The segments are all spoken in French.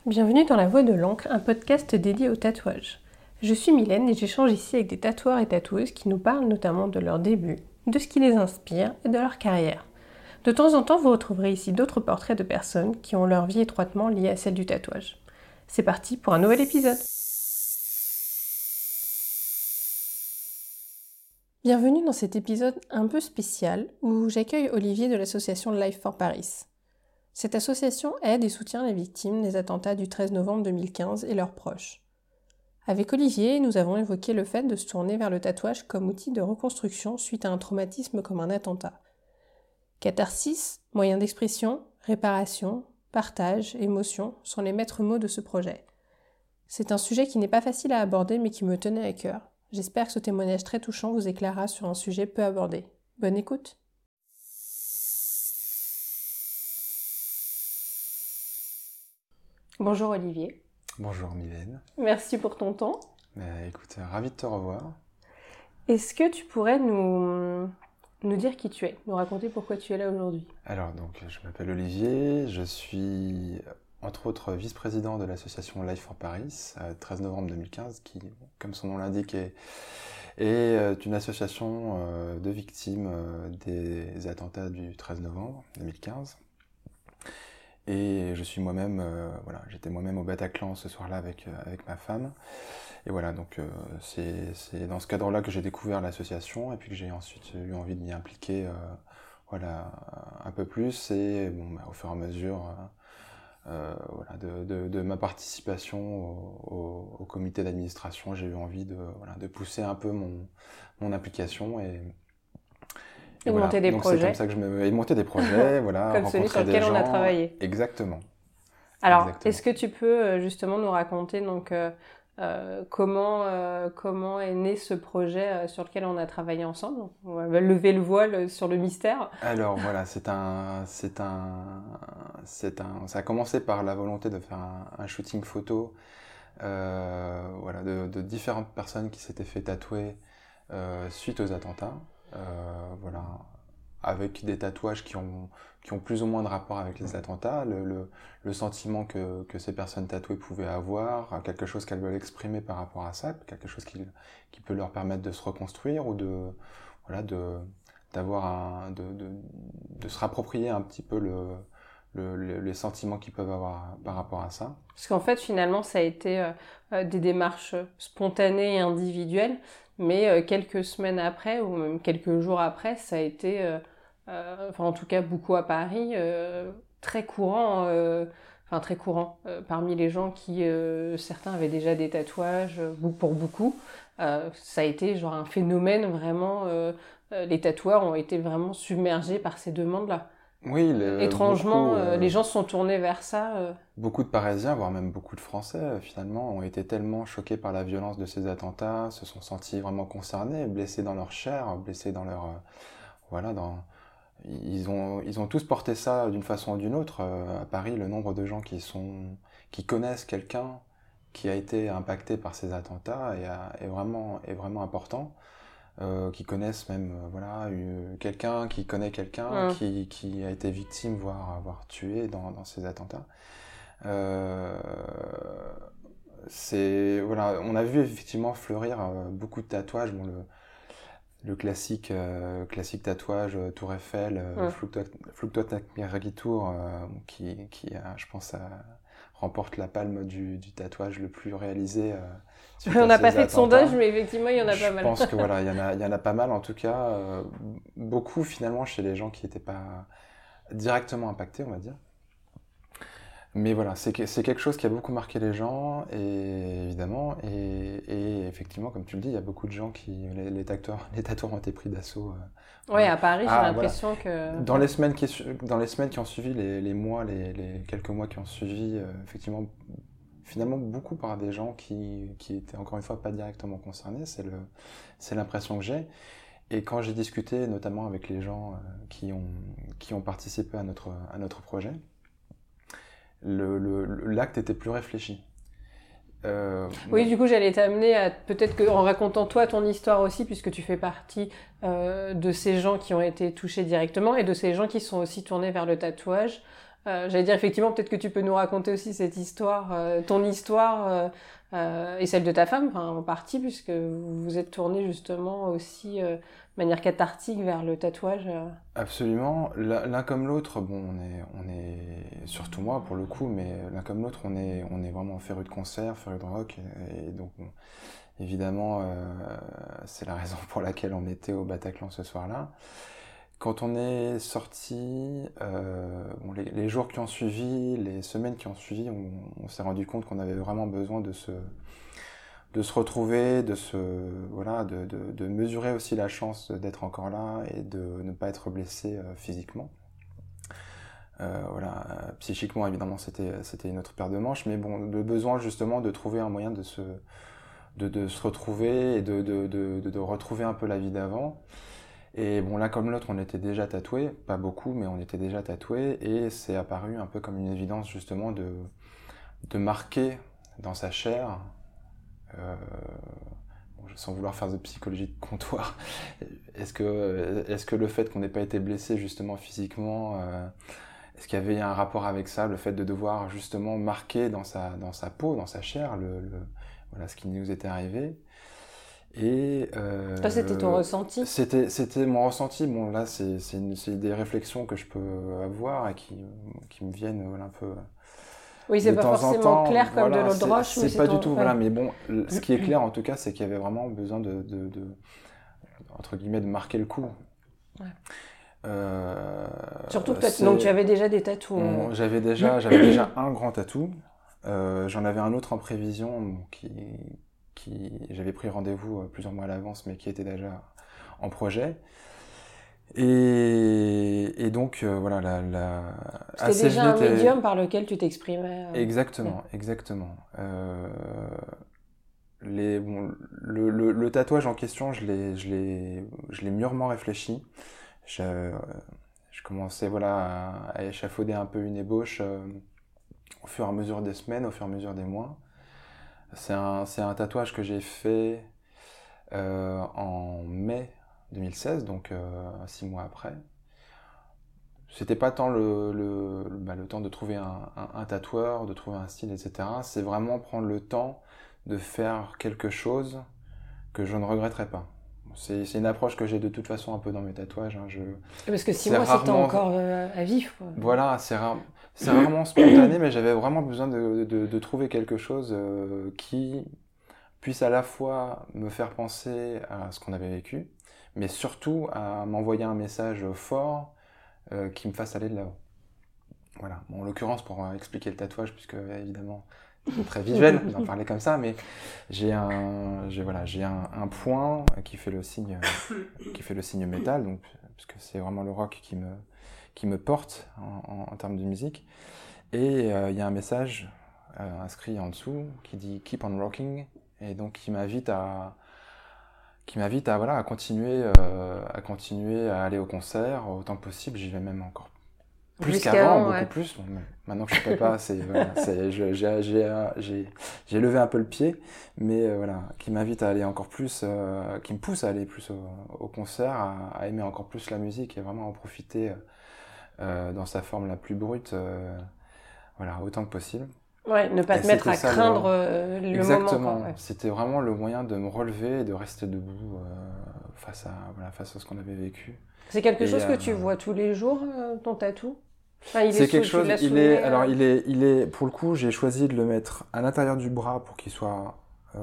Bienvenue dans La Voix de l'encre, un podcast dédié au tatouage. Je suis Mylène et j'échange ici avec des tatoueurs et tatoueuses qui nous parlent notamment de leurs débuts, de ce qui les inspire et de leur carrière. De temps en temps, vous retrouverez ici d'autres portraits de personnes qui ont leur vie étroitement liée à celle du tatouage. C'est parti pour un nouvel épisode. Bienvenue dans cet épisode un peu spécial où j'accueille Olivier de l'association Life for Paris. Cette association aide et soutient les victimes des attentats du 13 novembre 2015 et leurs proches. Avec Olivier, nous avons évoqué le fait de se tourner vers le tatouage comme outil de reconstruction suite à un traumatisme comme un attentat. Catharsis, moyen d'expression, réparation, partage, émotion sont les maîtres mots de ce projet. C'est un sujet qui n'est pas facile à aborder mais qui me tenait à cœur. J'espère que ce témoignage très touchant vous éclairera sur un sujet peu abordé. Bonne écoute! Bonjour Olivier. Bonjour Mylène. Merci pour ton temps. Écoute, ravi de te revoir. Est-ce que tu pourrais nous dire qui tu es, nous raconter pourquoi tu es là aujourd'hui? Alors, donc, je m'appelle Olivier, je suis entre autres vice-président de l'association Life for Paris, 13 novembre 2015, qui, comme son nom l'indique, est une association de victimes des attentats du 13 novembre 2015. Et je suis moi-même, j'étais moi-même au Bataclan ce soir-là avec ma femme. Et voilà, donc c'est dans ce cadre-là que j'ai découvert l'association et puis que j'ai ensuite eu envie de m'y impliquer un peu plus. Et au fur et à mesure de ma participation au comité d'administration, j'ai eu envie de pousser un peu mon implication et voilà. Monter des donc projets. C'est comme ça que je me monter des projets, voilà, comme celui sur lequel on a travaillé. Exactement. Alors, est-ce que tu peux justement nous raconter donc comment est né ce projet sur lequel on a travaillé ensemble? On va lever le voile sur le mystère. Alors voilà, ça a commencé par la volonté de faire un shooting photo, de différentes personnes qui s'étaient fait tatouer suite aux attentats. Avec des tatouages qui ont plus ou moins de rapport avec les attentats, le sentiment que ces personnes tatouées pouvaient avoir, quelque chose qu'elles veulent exprimer par rapport à ça, quelque chose qui peut leur permettre de se reconstruire ou de se rapproprier un petit peu les sentiments qu'ils peuvent avoir par rapport à ça. Parce qu'en fait, finalement, ça a été des démarches spontanées et individuelles, mais quelques semaines après, ou même quelques jours après, ça a été, en tout cas beaucoup à Paris, très courant, parmi les gens qui, certains avaient déjà des tatouages, pour beaucoup, ça a été genre un phénomène vraiment, les tatoueurs ont été vraiment submergés par ces demandes-là. Oui, étrangement, les gens se sont tournés vers ça. Beaucoup de Parisiens, voire même beaucoup de Français, finalement, ont été tellement choqués par la violence de ces attentats, se sont sentis vraiment concernés, blessés dans leur chair, blessés dans leur... Ils ont tous porté ça d'une façon ou d'une autre. À Paris, le nombre de gens qui connaissent quelqu'un qui a été impacté par ces attentats est vraiment important. Qui connaissent même quelqu'un qui connaît quelqu'un qui a été victime, voire avoir tué dans ces attentats. On a vu effectivement fleurir beaucoup de tatouages. Le classique tatouage Tour Eiffel, Flugtatour qui je pense, remporte la palme du tatouage le plus réalisé. On n'a pas fait de sondage, mais effectivement, il y en a pas mal. Je pense que il y en a pas mal en tout cas. Beaucoup finalement chez les gens qui n'étaient pas directement impactés, on va dire. Mais voilà, c'est quelque chose qui a beaucoup marqué les gens, et évidemment, et effectivement, comme tu le dis, il y a beaucoup de gens les tatoueurs ont été pris d'assaut. Oui, à Paris, j'ai l'impression que... Dans les semaines qui ont suivi, les quelques mois qui ont suivi, effectivement, finalement, beaucoup par des gens qui étaient encore une fois pas directement concernés, c'est l'impression que j'ai. Et quand j'ai discuté, notamment avec les gens qui ont participé à notre projet, l'acte était plus réfléchi. Oui, du coup, j'allais t'amener à peut-être qu'en racontant toi ton histoire aussi, puisque tu fais partie de ces gens qui ont été touchés directement et de ces gens qui sont aussi tournés vers le tatouage, J'allais dire, effectivement, peut-être que tu peux nous raconter aussi cette histoire, ton histoire et celle de ta femme, en partie, puisque vous vous êtes tourné justement aussi de manière cathartique vers le tatouage. Absolument. L'un comme l'autre, bon, on est, surtout moi pour le coup, mais l'un comme l'autre, on est vraiment férus de concert, férus de rock, et donc, bon, évidemment, c'est la raison pour laquelle on était au Bataclan ce soir-là. Quand on est sorti, bon, les jours qui ont suivi, les semaines qui ont suivi, on s'est rendu compte qu'on avait vraiment besoin de se retrouver, voilà, de mesurer aussi la chance d'être encore là et de ne pas être blessé physiquement. Voilà, psychiquement, évidemment, c'était une autre paire de manches, mais bon, le besoin justement de trouver un moyen de se retrouver et de retrouver un peu la vie d'avant. Et bon, là comme l'autre, on était déjà tatoués, pas beaucoup, mais on était déjà tatoués, et c'est apparu un peu comme une évidence justement de marquer dans sa chair, bon, sans vouloir faire de psychologie de comptoir, est-ce que le fait qu'on n'ait pas été blessé justement physiquement, est-ce qu'il y avait un rapport avec ça, le fait de devoir justement marquer dans sa peau, dans sa chair, voilà, ce qui nous était arrivé. Et Toi, c'était ton ressenti? C'était mon ressenti. Bon, là, c'est des réflexions que je peux avoir et qui me viennent voilà, un peu. Oui, c'est pas forcément clair comme voilà, de l'eau de roche. C'est pas du tout, voilà, mais bon, ce qui est clair en tout cas, c'est qu'il y avait vraiment besoin entre guillemets, de marquer le coup. Ouais. Surtout que donc tu avais déjà des tatous. J'avais déjà un grand tatou. J'en avais un autre en prévision qui j'avais pris rendez-vous plusieurs mois à l'avance, mais qui était déjà en projet. Et donc, voilà, c'était déjà un médium par lequel tu t'exprimais. Exactement, exactement. Le tatouage en question, je l'ai mûrement réfléchi. Je commençais voilà, à échafauder un peu une ébauche au fur et à mesure des semaines, au fur et à mesure des mois. C'est un tatouage que j'ai fait en mai 2016, donc 6 mois après. C'était pas tant le temps de trouver un tatoueur, de trouver un style, etc. C'est vraiment prendre le temps de faire quelque chose que je ne regretterais pas. C'est une approche que j'ai de toute façon un peu dans mes tatouages. Hein. Parce que 6 mois, c'était encore à vivre. Quoi. Voilà, c'est rarement spontané, mais j'avais vraiment besoin de trouver quelque chose qui puisse à la fois me faire penser à ce qu'on avait vécu, mais surtout à m'envoyer un message fort qui me fasse aller de là-haut. Voilà. Bon, en l'occurrence, pour expliquer le tatouage, puisque évidemment, c'est très visuel d'en parler comme ça, mais j'ai un point qui fait le signe métal, donc puisque c'est vraiment le rock qui me porte en termes de musique. Et il y a un message inscrit en dessous qui dit Keep on rocking, et donc qui m'invite à voilà, à continuer à aller au concert autant que possible. J'y vais même encore plus qu'avant, beaucoup plus. Bon, maintenant que je peux pas, j'ai levé un peu le pied, mais voilà, qui m'invite à aller encore plus, qui me pousse à aller plus au concert, à aimer encore plus la musique et vraiment en profiter dans sa forme la plus brute, voilà, autant que possible. Ouais, ne pas te mettre à craindre le Exactement. moment. Quoi, ouais. C'était vraiment le moyen de me relever et de rester debout face à ce qu'on avait vécu. C'est quelque chose que tu vois tous les jours, ton tatou? Enfin, c'est quelque chose, il est, pour le coup, j'ai choisi de le mettre à l'intérieur du bras pour qu'il soit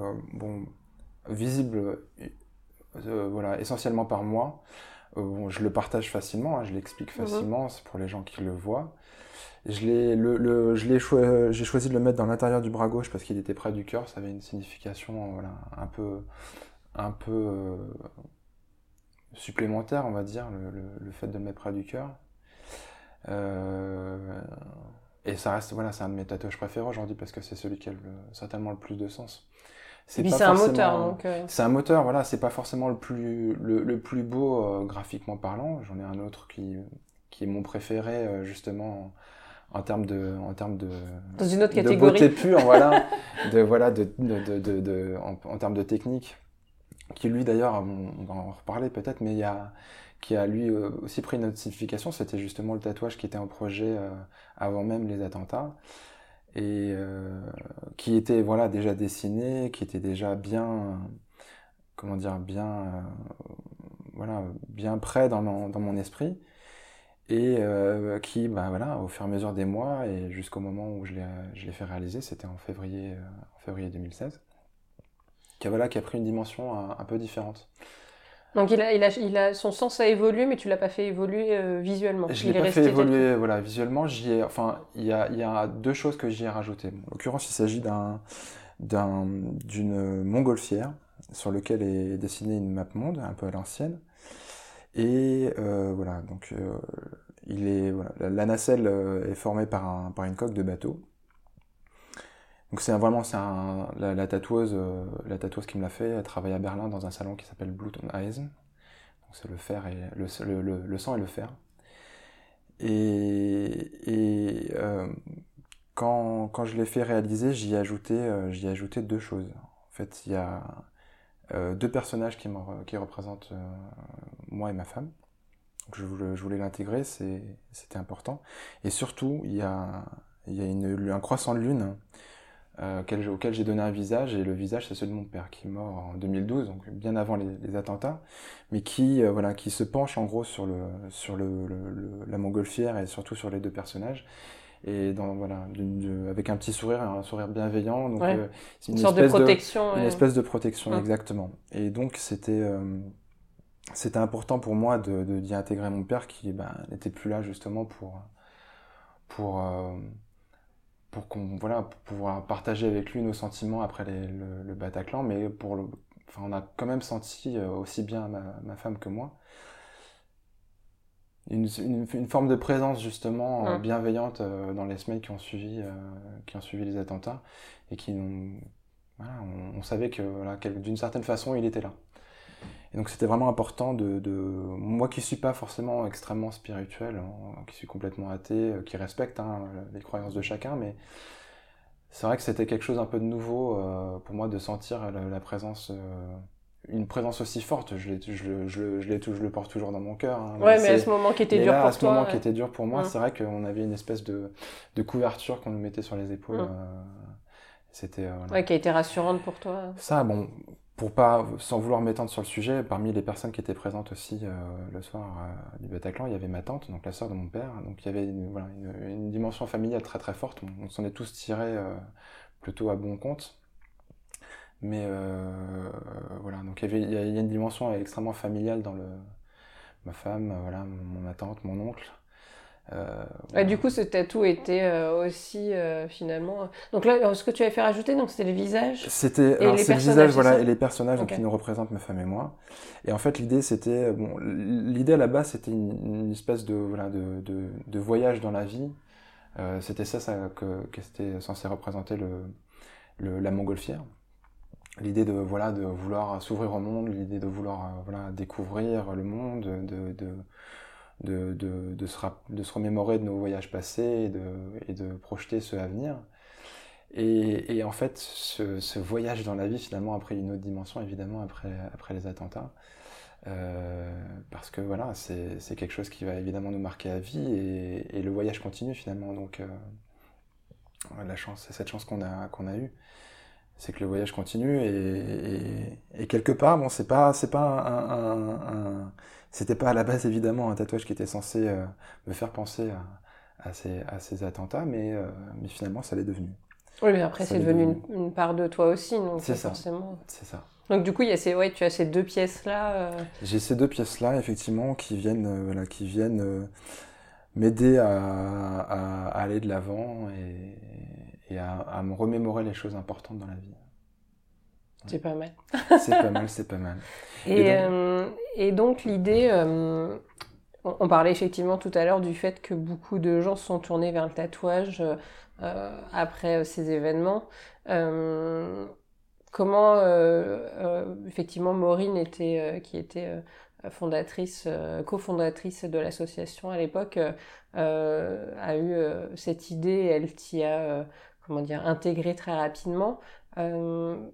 visible voilà, essentiellement par moi. Je le partage facilement, hein, je l'explique facilement, c'est pour les gens qui le voient. J'ai choisi de le mettre dans l'intérieur du bras gauche parce qu'il était près du cœur, ça avait une signification voilà, un peu supplémentaire, on va dire, le fait de le mettre près du cœur. Et ça reste, voilà, c'est un de mes tatouages préférés aujourd'hui parce que c'est celui qui a certainement le plus de sens. Et puis c'est un moteur, donc. C'est un moteur, voilà, c'est pas forcément le plus beau graphiquement parlant. J'en ai un autre qui est mon préféré justement en termes de dans une autre catégorie de beauté pure, voilà, en termes de technique. qui lui d'ailleurs, on va en reparler peut-être, mais qui a lui aussi pris une notification, c'était justement le tatouage qui était en projet avant même les attentats, et qui était voilà, déjà dessiné, qui était déjà bien, comment dire, voilà, bien près dans mon esprit, et qui, bah, voilà, au fur et à mesure des mois, et jusqu'au moment où je l'ai fait réaliser, c'était en février 2016, voilà, qui a pris une dimension un peu différente. Donc son sens a évolué, mais tu l'as pas fait évoluer visuellement. Je l'ai pas fait évoluer voilà, visuellement. Enfin, il y a deux choses que j'y ai rajoutées. En l'occurrence, il s'agit d'une montgolfière sur lequel est dessinée une map monde, un peu à l'ancienne. Et voilà, donc voilà, la nacelle est formée par une coque de bateau. Donc la tatoueuse qui me l'a fait, elle travaille à Berlin dans un salon qui s'appelle Blut und Eisen. Donc c'est le fer et le sang et le fer. Et quand je l'ai fait réaliser, j'y ai ajouté deux choses. En fait, il y a deux personnages qui représentent moi et ma femme. Donc je voulais l'intégrer, c'était important. Et surtout, il y a un croissant de lune auquel j'ai donné un visage, et le visage c'est celui de mon père qui est mort en 2012, donc bien avant les attentats, mais voilà, qui se penche en gros sur la montgolfière et surtout sur les deux personnages, et voilà, avec un petit sourire, un sourire bienveillant, donc ouais. c'est une sorte de protection. une espèce de protection, ouais. exactement. Et donc c'était important pour moi d'y intégrer mon père qui n'était plus là justement pour pour pouvoir partager avec lui nos sentiments après le Bataclan, mais enfin, on a quand même senti, aussi bien ma femme que moi, une forme de présence justement bienveillante dans les semaines qui ont suivi les attentats, et voilà, on savait que voilà, d'une certaine façon il était là. Et donc c'était vraiment important moi qui suis pas forcément extrêmement spirituel, hein, qui suis complètement athée, qui respecte les croyances de chacun, mais c'est vrai que c'était quelque chose un peu de nouveau pour moi de sentir la présence, une présence aussi forte. Je le porte toujours dans mon cœur. Hein, ouais, mais à ce moment qui était dur pour toi. À ce moment qui était dur pour moi, c'est vrai qu'on avait une espèce de couverture qu'on nous mettait sur les épaules. C'était voilà. Ouais, qui a été rassurante pour toi. Ça, bon, sans vouloir m'étendre sur le sujet, parmi les personnes qui étaient présentes aussi le soir du Bataclan, il y avait ma tante, donc la sœur de mon père. Donc il y avait une dimension familiale très très forte. On s'en est tous tirés plutôt à bon compte. Mais voilà, donc il y a une dimension extrêmement familiale dans ma femme, voilà, ma tante, mon oncle. Voilà. Du coup, ce tatou était aussi finalement. Donc là, ce que tu avais fait rajouter, donc c'était le visage. C'est le visage, voilà, et les personnages qui nous représentent, ma femme et moi. Et en fait, l'idée à la base, c'était une espèce de voyage dans la vie. C'était ça que c'était censé représenter la montgolfière. L'idée de vouloir s'ouvrir au monde, l'idée de vouloir découvrir le monde, de se remémorer de nos voyages passés et de projeter ceux à venir. Et en fait, ce voyage dans la vie, finalement, a pris une autre dimension, évidemment, après les attentats. Parce que voilà, c'est quelque chose qui va évidemment nous marquer à vie, et le voyage continue, finalement. Donc, c'est cette chance qu'on a eue. C'est que le voyage continue, et quelque part, bon, c'était pas à la base évidemment un tatouage qui était censé me faire penser à ces attentats, mais finalement ça l'est devenu. Oui, mais après c'est devenu une part de toi aussi, donc c'est ça, forcément. C'est ça. Donc du coup, tu as ces deux pièces-là. J'ai ces deux pièces-là, effectivement, qui viennent m'aider à aller de l'avant et à me remémorer les choses importantes dans la vie. C'est pas mal. C'est pas mal. Et donc l'idée, on parlait effectivement tout à l'heure du fait que beaucoup de gens se sont tournés vers le tatouage après ces événements. Comment, effectivement, Maureen qui était cofondatrice de l'association à l'époque, a eu cette idée, elle t'y a intégré très rapidement.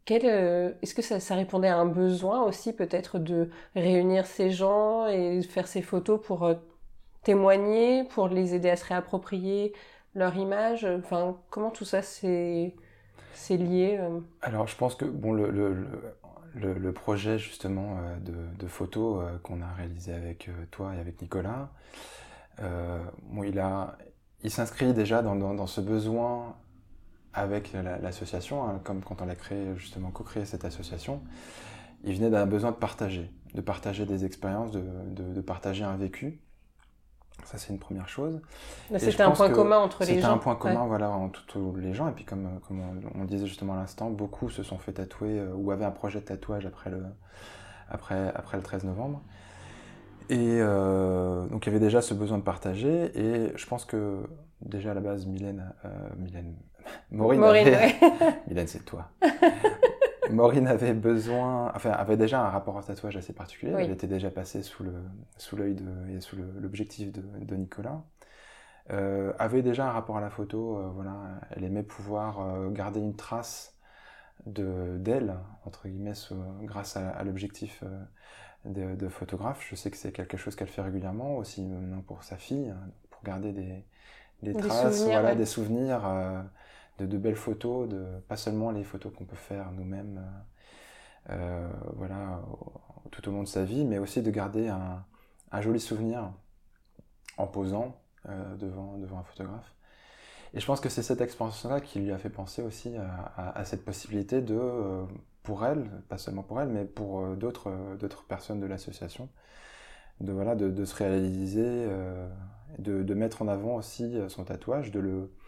Est-ce que ça répondait à un besoin aussi peut-être de réunir ces gens et faire ces photos pour témoigner, pour les aider à se réapproprier leur image? Enfin, comment tout ça c'est lié Alors, je pense que bon, le projet justement de photos qu'on a réalisé avec toi et avec Nicolas, bon, il s'inscrit déjà dans ce besoin avec l'association, hein, comme quand on a créé justement co-créé cette association. Il venait d'un besoin de partager des expériences, de partager un vécu. Ça, c'est une première chose. Là, c'était un point commun entre les gens. C'était un point commun, voilà, entre tous les gens. Et puis, comme on le disait justement à l'instant, beaucoup se sont fait tatouer ou avaient un projet de tatouage après le 13 novembre. Et donc, il y avait déjà ce besoin de partager. Et je pense que, déjà à la base, Maureen ouais. Mylène, c'est toi. Maureen avait déjà un rapport au tatouage assez particulier. Oui. Elle était déjà passée sous l'œil et sous l'objectif de Nicolas. Avait déjà un rapport à la photo. Voilà, elle aimait pouvoir garder une trace d'elle, entre guillemets, grâce à l'objectif de photographe. Je sais que c'est quelque chose qu'elle fait régulièrement, aussi maintenant pour sa fille, pour garder des traces, souvenirs, voilà, ouais. des souvenirs. De belles photos, pas seulement les photos qu'on peut faire nous-mêmes voilà, tout au long de sa vie, mais aussi de garder un joli souvenir en posant devant un photographe. Et je pense que c'est cette expérience-là qui lui a fait penser aussi à cette possibilité pour elle, pas seulement pour elle, mais pour d'autres personnes de l'association, de se réaliser, de mettre en avant aussi son tatouage, de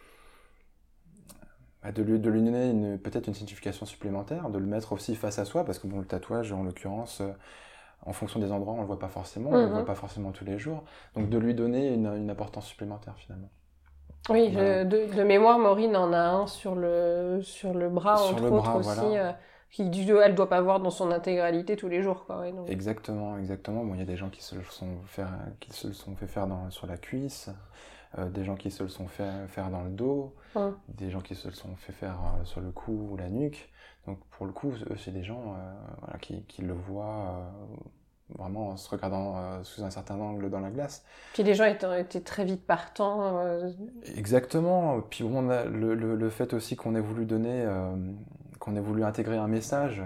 lui donner peut-être une signification supplémentaire, de le mettre aussi face à soi, parce que bon, le tatouage, en l'occurrence, en fonction des endroits, on le voit pas forcément, on le voit pas forcément tous les jours, donc de lui donner une importance supplémentaire finalement. Oui, voilà. De mémoire, Maureen en a un sur le bras, sur entre le autres bras, aussi, voilà. Elle doit pas voir dans son intégralité tous les jours, quoi. Ouais, donc. Exactement. Bon, il y a des gens qui se le sont fait faire sur la cuisse, des gens qui se le sont fait faire dans le dos, des gens qui se le sont fait faire sur le cou ou la nuque. Donc pour le coup, eux, c'est des gens voilà, qui le voient vraiment en se regardant sous un certain angle dans la glace. Puis les gens étaient très vite partants. Exactement. Puis bon, on a le fait aussi qu'on ait voulu qu'on ait voulu intégrer un message.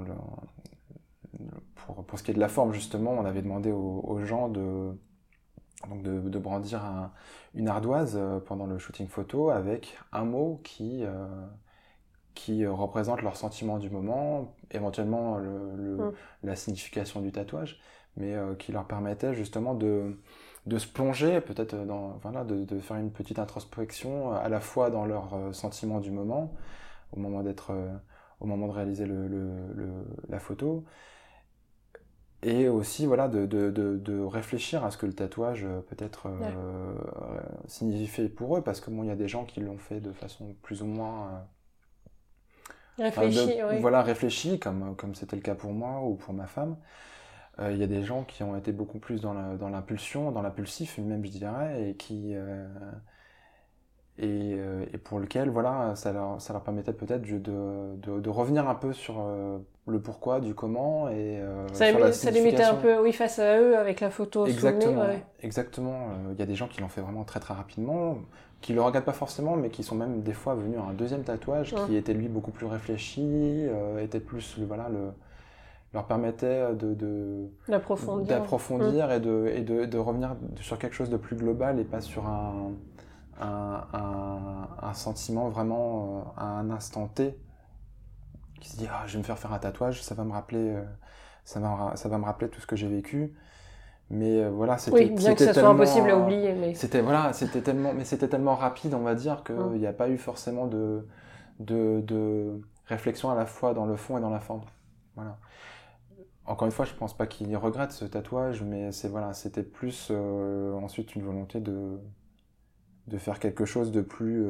Pour ce qui est de la forme, justement, on avait demandé aux gens de brandir une ardoise pendant le shooting photo avec un mot qui représente leur sentiment du moment, éventuellement la signification du tatouage, mais qui leur permettait justement de se plonger, peut-être de faire une petite introspection à la fois dans leur sentiment du moment, au moment de réaliser la photo, et aussi voilà, de réfléchir à ce que le tatouage peut-être signifie pour eux, parce que bon, il y a des gens qui l'ont fait de façon plus ou moins réfléchi, comme c'était le cas pour moi ou pour ma femme. Il y a des gens qui ont été beaucoup plus dans l'impulsion, dans l'impulsif même, je dirais, et pour lequel voilà, ça leur permettait peut-être de revenir un peu sur le pourquoi du comment et ça les mettait un peu face à eux avec la photo. Exactement, souvenir, ouais. Exactement. Il y a des gens qui l'ont fait vraiment très très rapidement, qui le regrettent pas forcément, mais qui sont même des fois venus à un deuxième tatouage qui était lui beaucoup plus réfléchi, était plus leur permettait d'approfondir et de revenir sur quelque chose de plus global et pas sur un sentiment vraiment à un instant T qui se dit je vais me faire un tatouage, ça va me rappeler tout ce que j'ai vécu, mais voilà, c'était bien que ça soit impossible à oublier, mais c'était tellement rapide, on va dire, qu'il n'y a pas eu forcément de réflexion à la fois dans le fond et dans la forme. Voilà. Encore une fois, je pense pas qu'il regrette ce tatouage, mais c'était plus ensuite une volonté de faire quelque chose de plus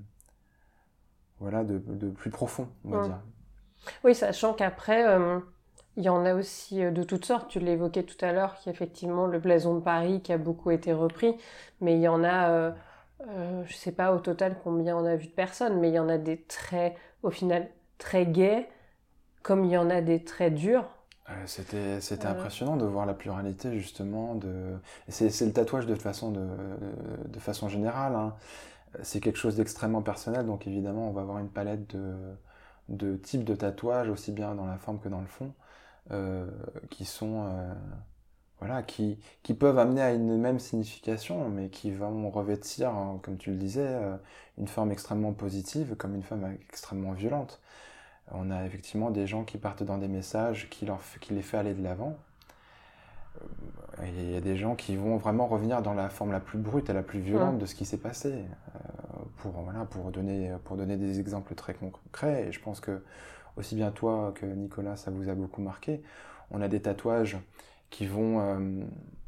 de plus profond, on va dire. Oui, sachant qu'après il y en a aussi de toutes sortes. Tu l'évoquais tout à l'heure, qu'il y a effectivement le blason de Paris qui a beaucoup été repris, mais il y en a je sais pas au total combien on a vu de personnes, mais il y en a des au final très gais, comme il y en a des très durs. C'était impressionnant de voir la pluralité justement et c'est le tatouage de façon générale, hein. C'est quelque chose d'extrêmement personnel, donc évidemment on va avoir une palette de types de tatouages, aussi bien dans la forme que dans le fond, qui sont voilà, qui peuvent amener à une même signification, mais qui vont revêtir, hein, comme tu le disais, une forme extrêmement positive comme une forme extrêmement violente. On a effectivement des gens qui partent dans des messages qui les fait aller de l'avant. Il y a des gens qui vont vraiment revenir dans la forme la plus brute et la plus violente de ce qui s'est passé, pour donner des exemples très concrets. Et je pense que aussi bien toi que Nicolas, ça vous a beaucoup marqué. On a des tatouages qui vont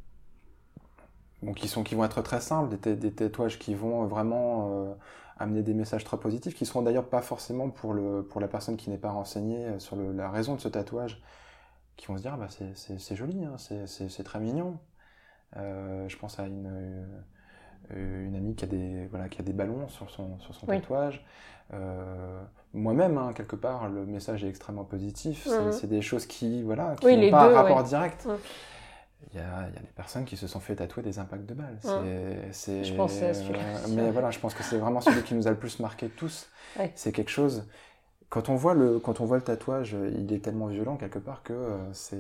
être très simples, des tatouages qui vont vraiment amener des messages très positifs, qui seront d'ailleurs pas forcément pour la personne qui n'est pas renseignée sur la raison de ce tatouage, qui vont se dire c'est joli, hein, c'est très mignon. Je pense à une amie qui a des ballons sur son tatouage. Moi-même, hein, quelque part, le message est extrêmement positif. C'est des choses qui n'ont pas un rapport direct. Il y a des personnes qui se sont fait tatouer des impacts de balles. Je pensais à celui-là. Mais voilà, je pense que c'est vraiment celui qui nous a le plus marqué tous. Ouais. C'est quelque chose... Quand on voit le tatouage, il est tellement violent quelque part que ça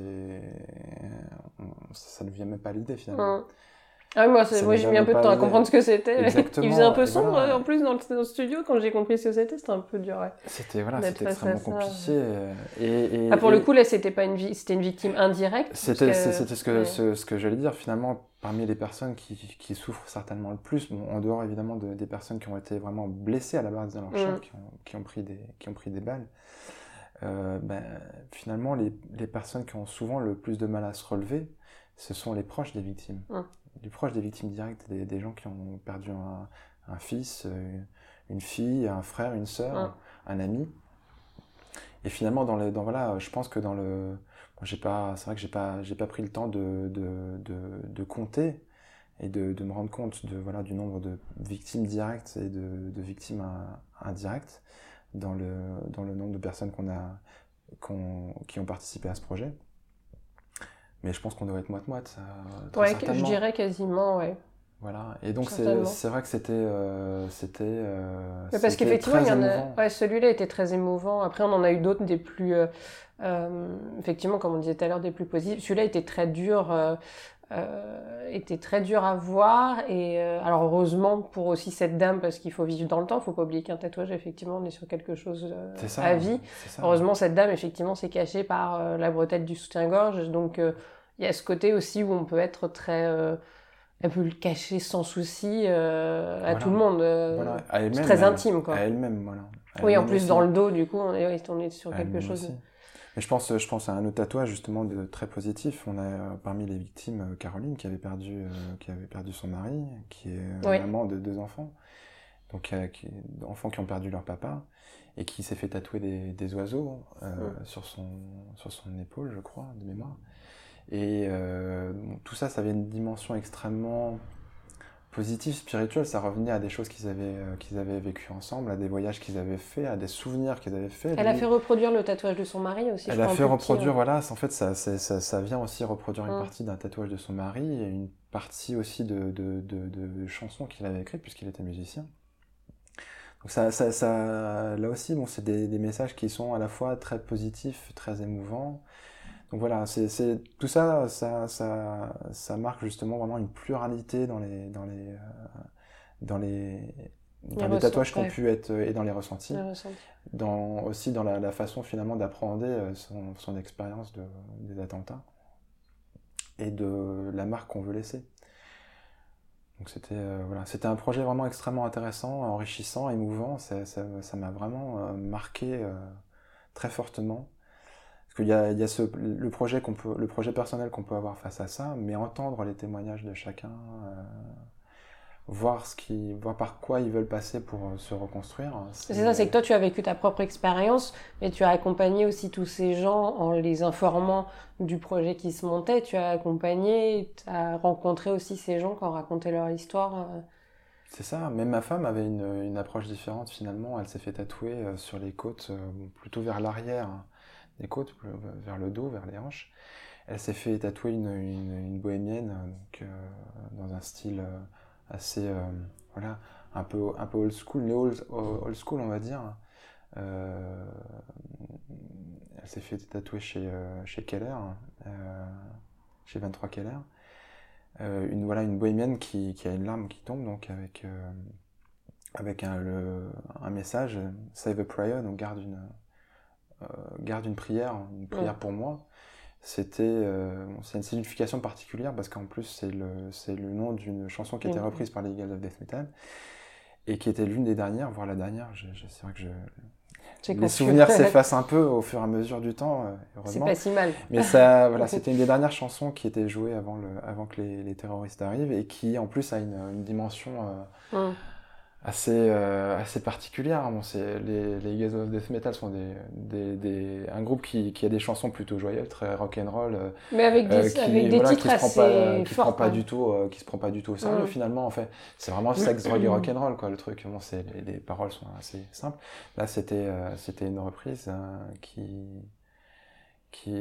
ne vient même pas à l'idée finalement. Ah oui, moi j'ai mis un peu de temps à comprendre ce que c'était. Exactement. Il faisait un peu sombre en plus dans le studio, quand j'ai compris ce que c'était un peu dur. Ouais. C'était extrêmement compliqué. Pour le coup, là, c'était une victime indirecte. C'était ce que j'allais dire finalement. Parmi les personnes qui souffrent certainement le plus, en dehors évidemment des personnes qui ont été vraiment blessées à la base de leur chair, qui ont pris des balles, finalement les personnes qui ont souvent le plus de mal à se relever, ce sont les proches des victimes. Les proches des victimes directes, des gens qui ont perdu un fils, une fille, un frère, une sœur, un ami. Et finalement, je pense que c'est vrai que j'ai pas pris le temps de compter et de me rendre compte du nombre de victimes directes et de victimes indirectes dans le nombre de personnes qui ont participé à ce projet. Mais je pense qu'on doit être moite-moite. Ouais, je dirais quasiment, ouais. Voilà, et donc c'est vrai que c'était parce qu'effectivement, celui-là était très émouvant. Après, on en a eu d'autres des plus, effectivement, comme on disait tout à l'heure, des plus positifs. Celui-là était très dur à voir. Et alors heureusement pour aussi cette dame, parce qu'il faut vivre dans le temps. Il faut pas oublier qu'un tatouage, effectivement, on est sur quelque chose à vie. Heureusement, cette dame, effectivement, s'est cachée par la bretelle du soutien-gorge. Donc il y a ce côté aussi où on peut être très elle peut le cacher sans souci à tout le monde. C'est très intime, quoi. À elle-même, voilà. Oui, en plus aussi. Dans le dos, du coup, on est sur quelque chose. Aussi. Mais je pense à un autre tatouage justement très positif. On a parmi les victimes Caroline qui avait perdu son mari, qui est maman de 2 enfants, donc enfants qui ont perdu leur papa et qui s'est fait tatouer des oiseaux sur son épaule, je crois, de mémoire. Et tout ça avait une dimension extrêmement positive, spirituelle. Ça revenait à des choses qu'ils avaient vécues ensemble, à des voyages qu'ils avaient faits, à des souvenirs qu'ils avaient faits. Elle a fait reproduire le tatouage de son mari aussi. Elle a fait reproduire, voilà. En fait, ça vient aussi reproduire une partie d'un tatouage de son mari et une partie aussi de chansons qu'il avait écrites puisqu'il était musicien. Donc là aussi, c'est des messages qui sont à la fois très positifs, très émouvants. Donc voilà, tout ça marque justement vraiment une pluralité dans les tatouages qui ont pu être et dans les ressentis, aussi dans la façon finalement d'appréhender son expérience des attentats et de la marque qu'on veut laisser. Donc c'était un projet vraiment extrêmement intéressant, enrichissant, émouvant. Ça m'a vraiment marqué très fortement. Parce qu'il y a le projet personnel qu'on peut avoir face à ça, mais entendre les témoignages de chacun, voir par quoi ils veulent passer pour se reconstruire. C'est ça, c'est que toi tu as vécu ta propre expérience, mais tu as accompagné aussi tous ces gens en les informant du projet qui se montait. Tu as accompagné, tu as rencontré aussi ces gens qui ont raconté leur histoire. C'est ça, même ma femme avait une approche différente finalement. Elle s'est fait tatouer sur les côtes, plutôt vers l'arrière les côtes, vers le dos, vers les hanches. Elle s'est fait tatouer une bohémienne, donc, dans un style assez, voilà, un peu old school, old school on va dire. Elle s'est fait tatouer chez Keller, chez 23 Keller. Une bohémienne qui a une larme qui tombe, donc avec un message, Save a prayer, donc garde une prière pour moi. C'est une signification particulière parce qu'en plus c'est le nom d'une chanson qui a été reprise par les Eagles of Death Metal et qui était l'une des dernières, voire la dernière. C'est vrai que les souvenirs s'effacent un peu au fur et à mesure du temps, heureusement. C'est pas si mal. Mais ça, voilà, c'était une des dernières chansons qui était jouée avant que les terroristes arrivent et qui en plus a une dimension assez particulière. Bon, les Eagles of Death Metal sont un groupe qui a des chansons plutôt joyeuses, très rock'n'roll, mais avec des titres assez forts, qui se prend pas du tout au sérieux finalement. En fait, c'est vraiment sex, drogue et rock'n'roll quoi le truc. Bon, les paroles sont assez simples. Là, c'était une reprise qui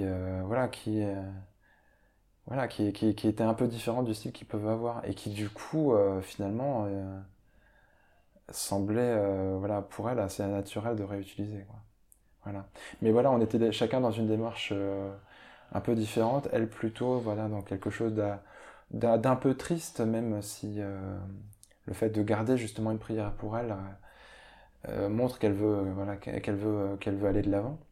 était un peu différente du style qu'ils peuvent avoir et qui du coup finalement semblait pour elle assez naturel de réutiliser quoi. Voilà. Mais voilà, on était chacun dans une démarche un peu différente, elle plutôt dans quelque chose d'un peu triste, même si le fait de garder justement une prière pour elle montre qu'elle veut aller de l'avant,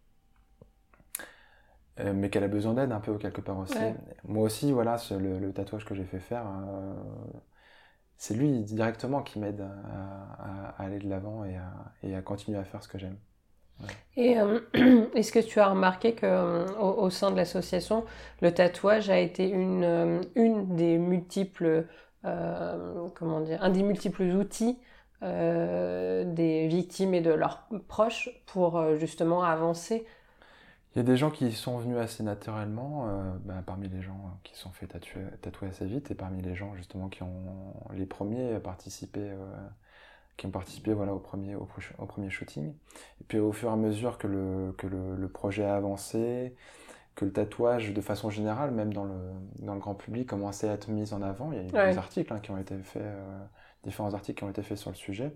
mais qu'elle a besoin d'aide un peu quelque part aussi. Ouais. Moi aussi, le tatouage que j'ai fait faire, c'est lui directement qui m'aide à aller de l'avant et à continuer à faire ce que j'aime. Ouais. Et est-ce que tu as remarqué qu'au sein de l'association, le tatouage a été une des multiples, un des multiples outils des victimes et de leurs proches pour justement avancer? Il y a des gens qui sont venus assez naturellement, parmi les gens qui se sont fait tatouer assez vite et parmi les gens justement qui ont les premiers participé au premier shooting. Et puis au fur et à mesure que le projet a avancé, que le tatouage de façon générale, même dans le grand public, commençait à être mis en avant. Il y a eu des articles qui ont été faits, différents articles qui ont été faits sur le sujet.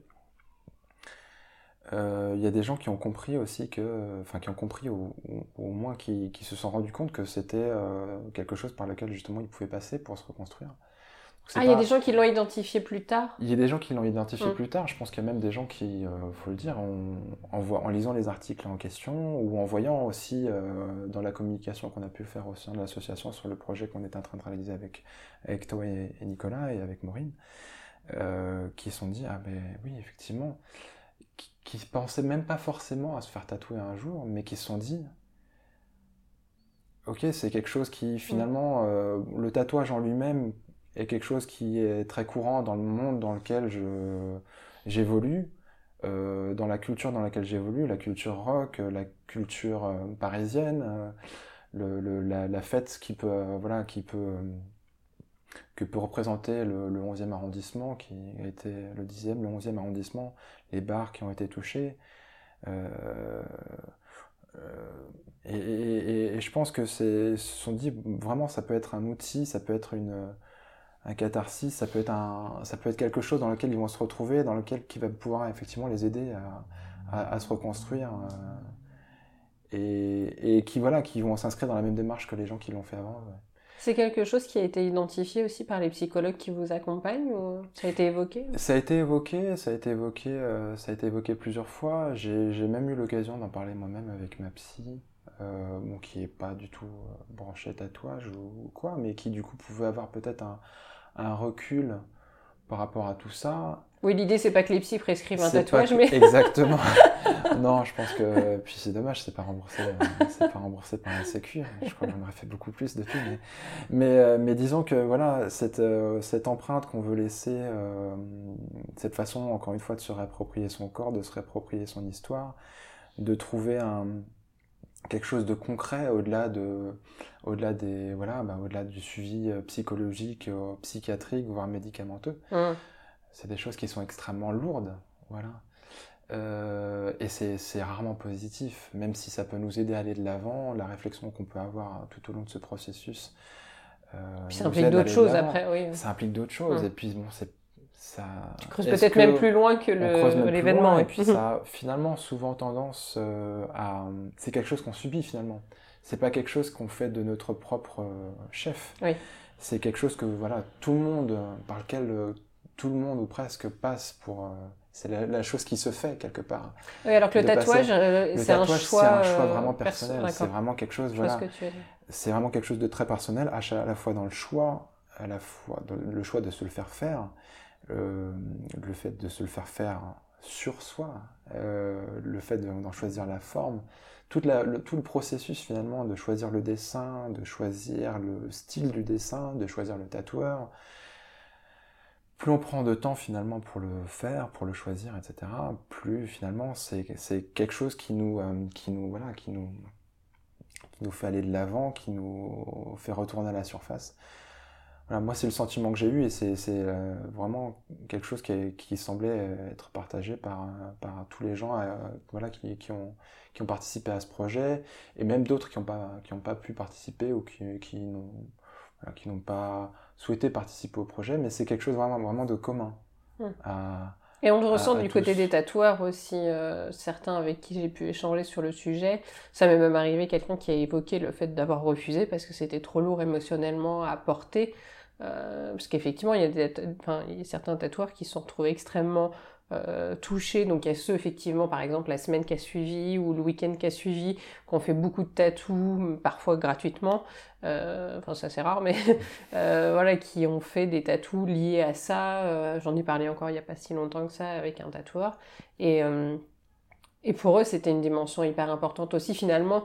Il y a des gens qui ont compris aussi qui ont compris ou au moins qui se sont rendus compte que c'était quelque chose par lequel justement ils pouvaient passer pour se reconstruire. Il y a des gens qui l'ont identifié plus tard. Il y a des gens qui l'ont identifié plus tard. Je pense qu'il y a même des gens qui, faut le dire, en lisant les articles en question ou en voyant aussi dans la communication qu'on a pu faire au sein de l'association sur le projet qu'on est en train de réaliser avec toi et Nicolas et avec Maureen, qui se sont dit, ah ben oui, effectivement, qui pensaient même pas forcément à se faire tatouer un jour, mais qui se sont dit, ok, c'est quelque chose qui finalement, le tatouage en lui-même est quelque chose qui est très courant dans le monde dans lequel j'évolue, dans la culture dans laquelle j'évolue, la culture rock, la culture parisienne, la fête que peut représenter le 11e arrondissement, qui a été le 10e, le 11e arrondissement, les bars qui ont été touchés. Et je pense que se sont dit, vraiment, ça peut être un outil, ça peut être un catharsis, ça peut être quelque chose dans lequel ils vont se retrouver, dans lequel qui va pouvoir effectivement les aider à se reconstruire et qui vont s'inscrire dans la même démarche que les gens qui l'ont fait avant. Ouais. C'est quelque chose qui a été identifié aussi par les psychologues qui vous accompagnent ou ça a été évoqué? Ça a été évoqué plusieurs fois. J'ai même eu l'occasion d'en parler moi-même avec ma psy, qui est pas du tout branchée tatouage ou quoi, mais qui du coup pouvait avoir peut-être un recul par rapport à tout ça. Oui, l'idée c'est pas que les psys prescrivent un tatouage, mais... Exactement. Non, je pense que... Puis c'est dommage, c'est pas remboursé par la Sécu. Je crois qu'on aurait fait beaucoup plus depuis. Mais disons que voilà, cette empreinte qu'on veut laisser, cette façon, encore une fois, de se réapproprier son corps, de se réapproprier son histoire, de trouver quelque chose de concret au-delà du suivi psychologique, psychiatrique, voire médicamenteux. C'est des choses qui sont extrêmement lourdes, voilà. Et c'est rarement positif, même si ça peut nous aider à aller de l'avant. La réflexion qu'on peut avoir tout au long de ce processus Puis ça nous implique aide à d'autres aller de choses l'avant. après, oui. Ça implique d'autres choses. Et puis, bon, ça... Tu creuses Est-ce peut-être même que plus loin que on creuse même plus l'événement. loin, Oui. et puis ça a finalement souvent tendance à... C'est quelque chose qu'on subit finalement. C'est pas quelque chose qu'on fait de notre propre chef. Oui. C'est quelque chose que voilà, tout le monde, par lequel tout le monde ou presque passe pour... c'est la chose qui se fait quelque part. Oui, alors que le tatouage, c'est un choix vraiment personnel. C'est vraiment quelque chose, voilà. C'est vraiment quelque chose de très personnel, à la fois dans le choix, à la fois dans le choix de se le faire, le fait de se le faire sur soi, le fait d'en choisir la forme, tout le processus finalement de choisir le dessin, de choisir le style du dessin, de choisir le tatoueur. Plus on prend de temps finalement pour le faire, pour le choisir, etc., plus finalement c'est quelque chose qui nous fait aller de l'avant, qui nous fait retourner à la surface. Voilà, moi, c'est le sentiment que j'ai eu, et c'est vraiment quelque chose qui semblait être partagé par tous les gens voilà, qui ont participé à ce projet, et même d'autres qui n'ont pas pu participer ou qui n'ont pas souhaité participer au projet, mais c'est quelque chose vraiment de commun. Et on le ressent du côté des tatoueurs aussi, certains avec qui j'ai pu échanger sur le sujet. Ça m'est même arrivé quelqu'un qui a évoqué le fait d'avoir refusé parce que c'était trop lourd émotionnellement à porter. Parce qu'effectivement, il y a certains tatoueurs qui se sont retrouvés extrêmement touchés. Donc il y a ceux, effectivement, par exemple, la semaine qui a suivi ou le week-end qui a suivi, qui ont fait beaucoup de tatous, parfois gratuitement. Enfin, ça c'est rare, mais voilà, qui ont fait des tatous liés à ça. J'en ai parlé encore il n'y a pas si longtemps que ça avec un tatoueur. Et pour eux, c'était une dimension hyper importante aussi, finalement,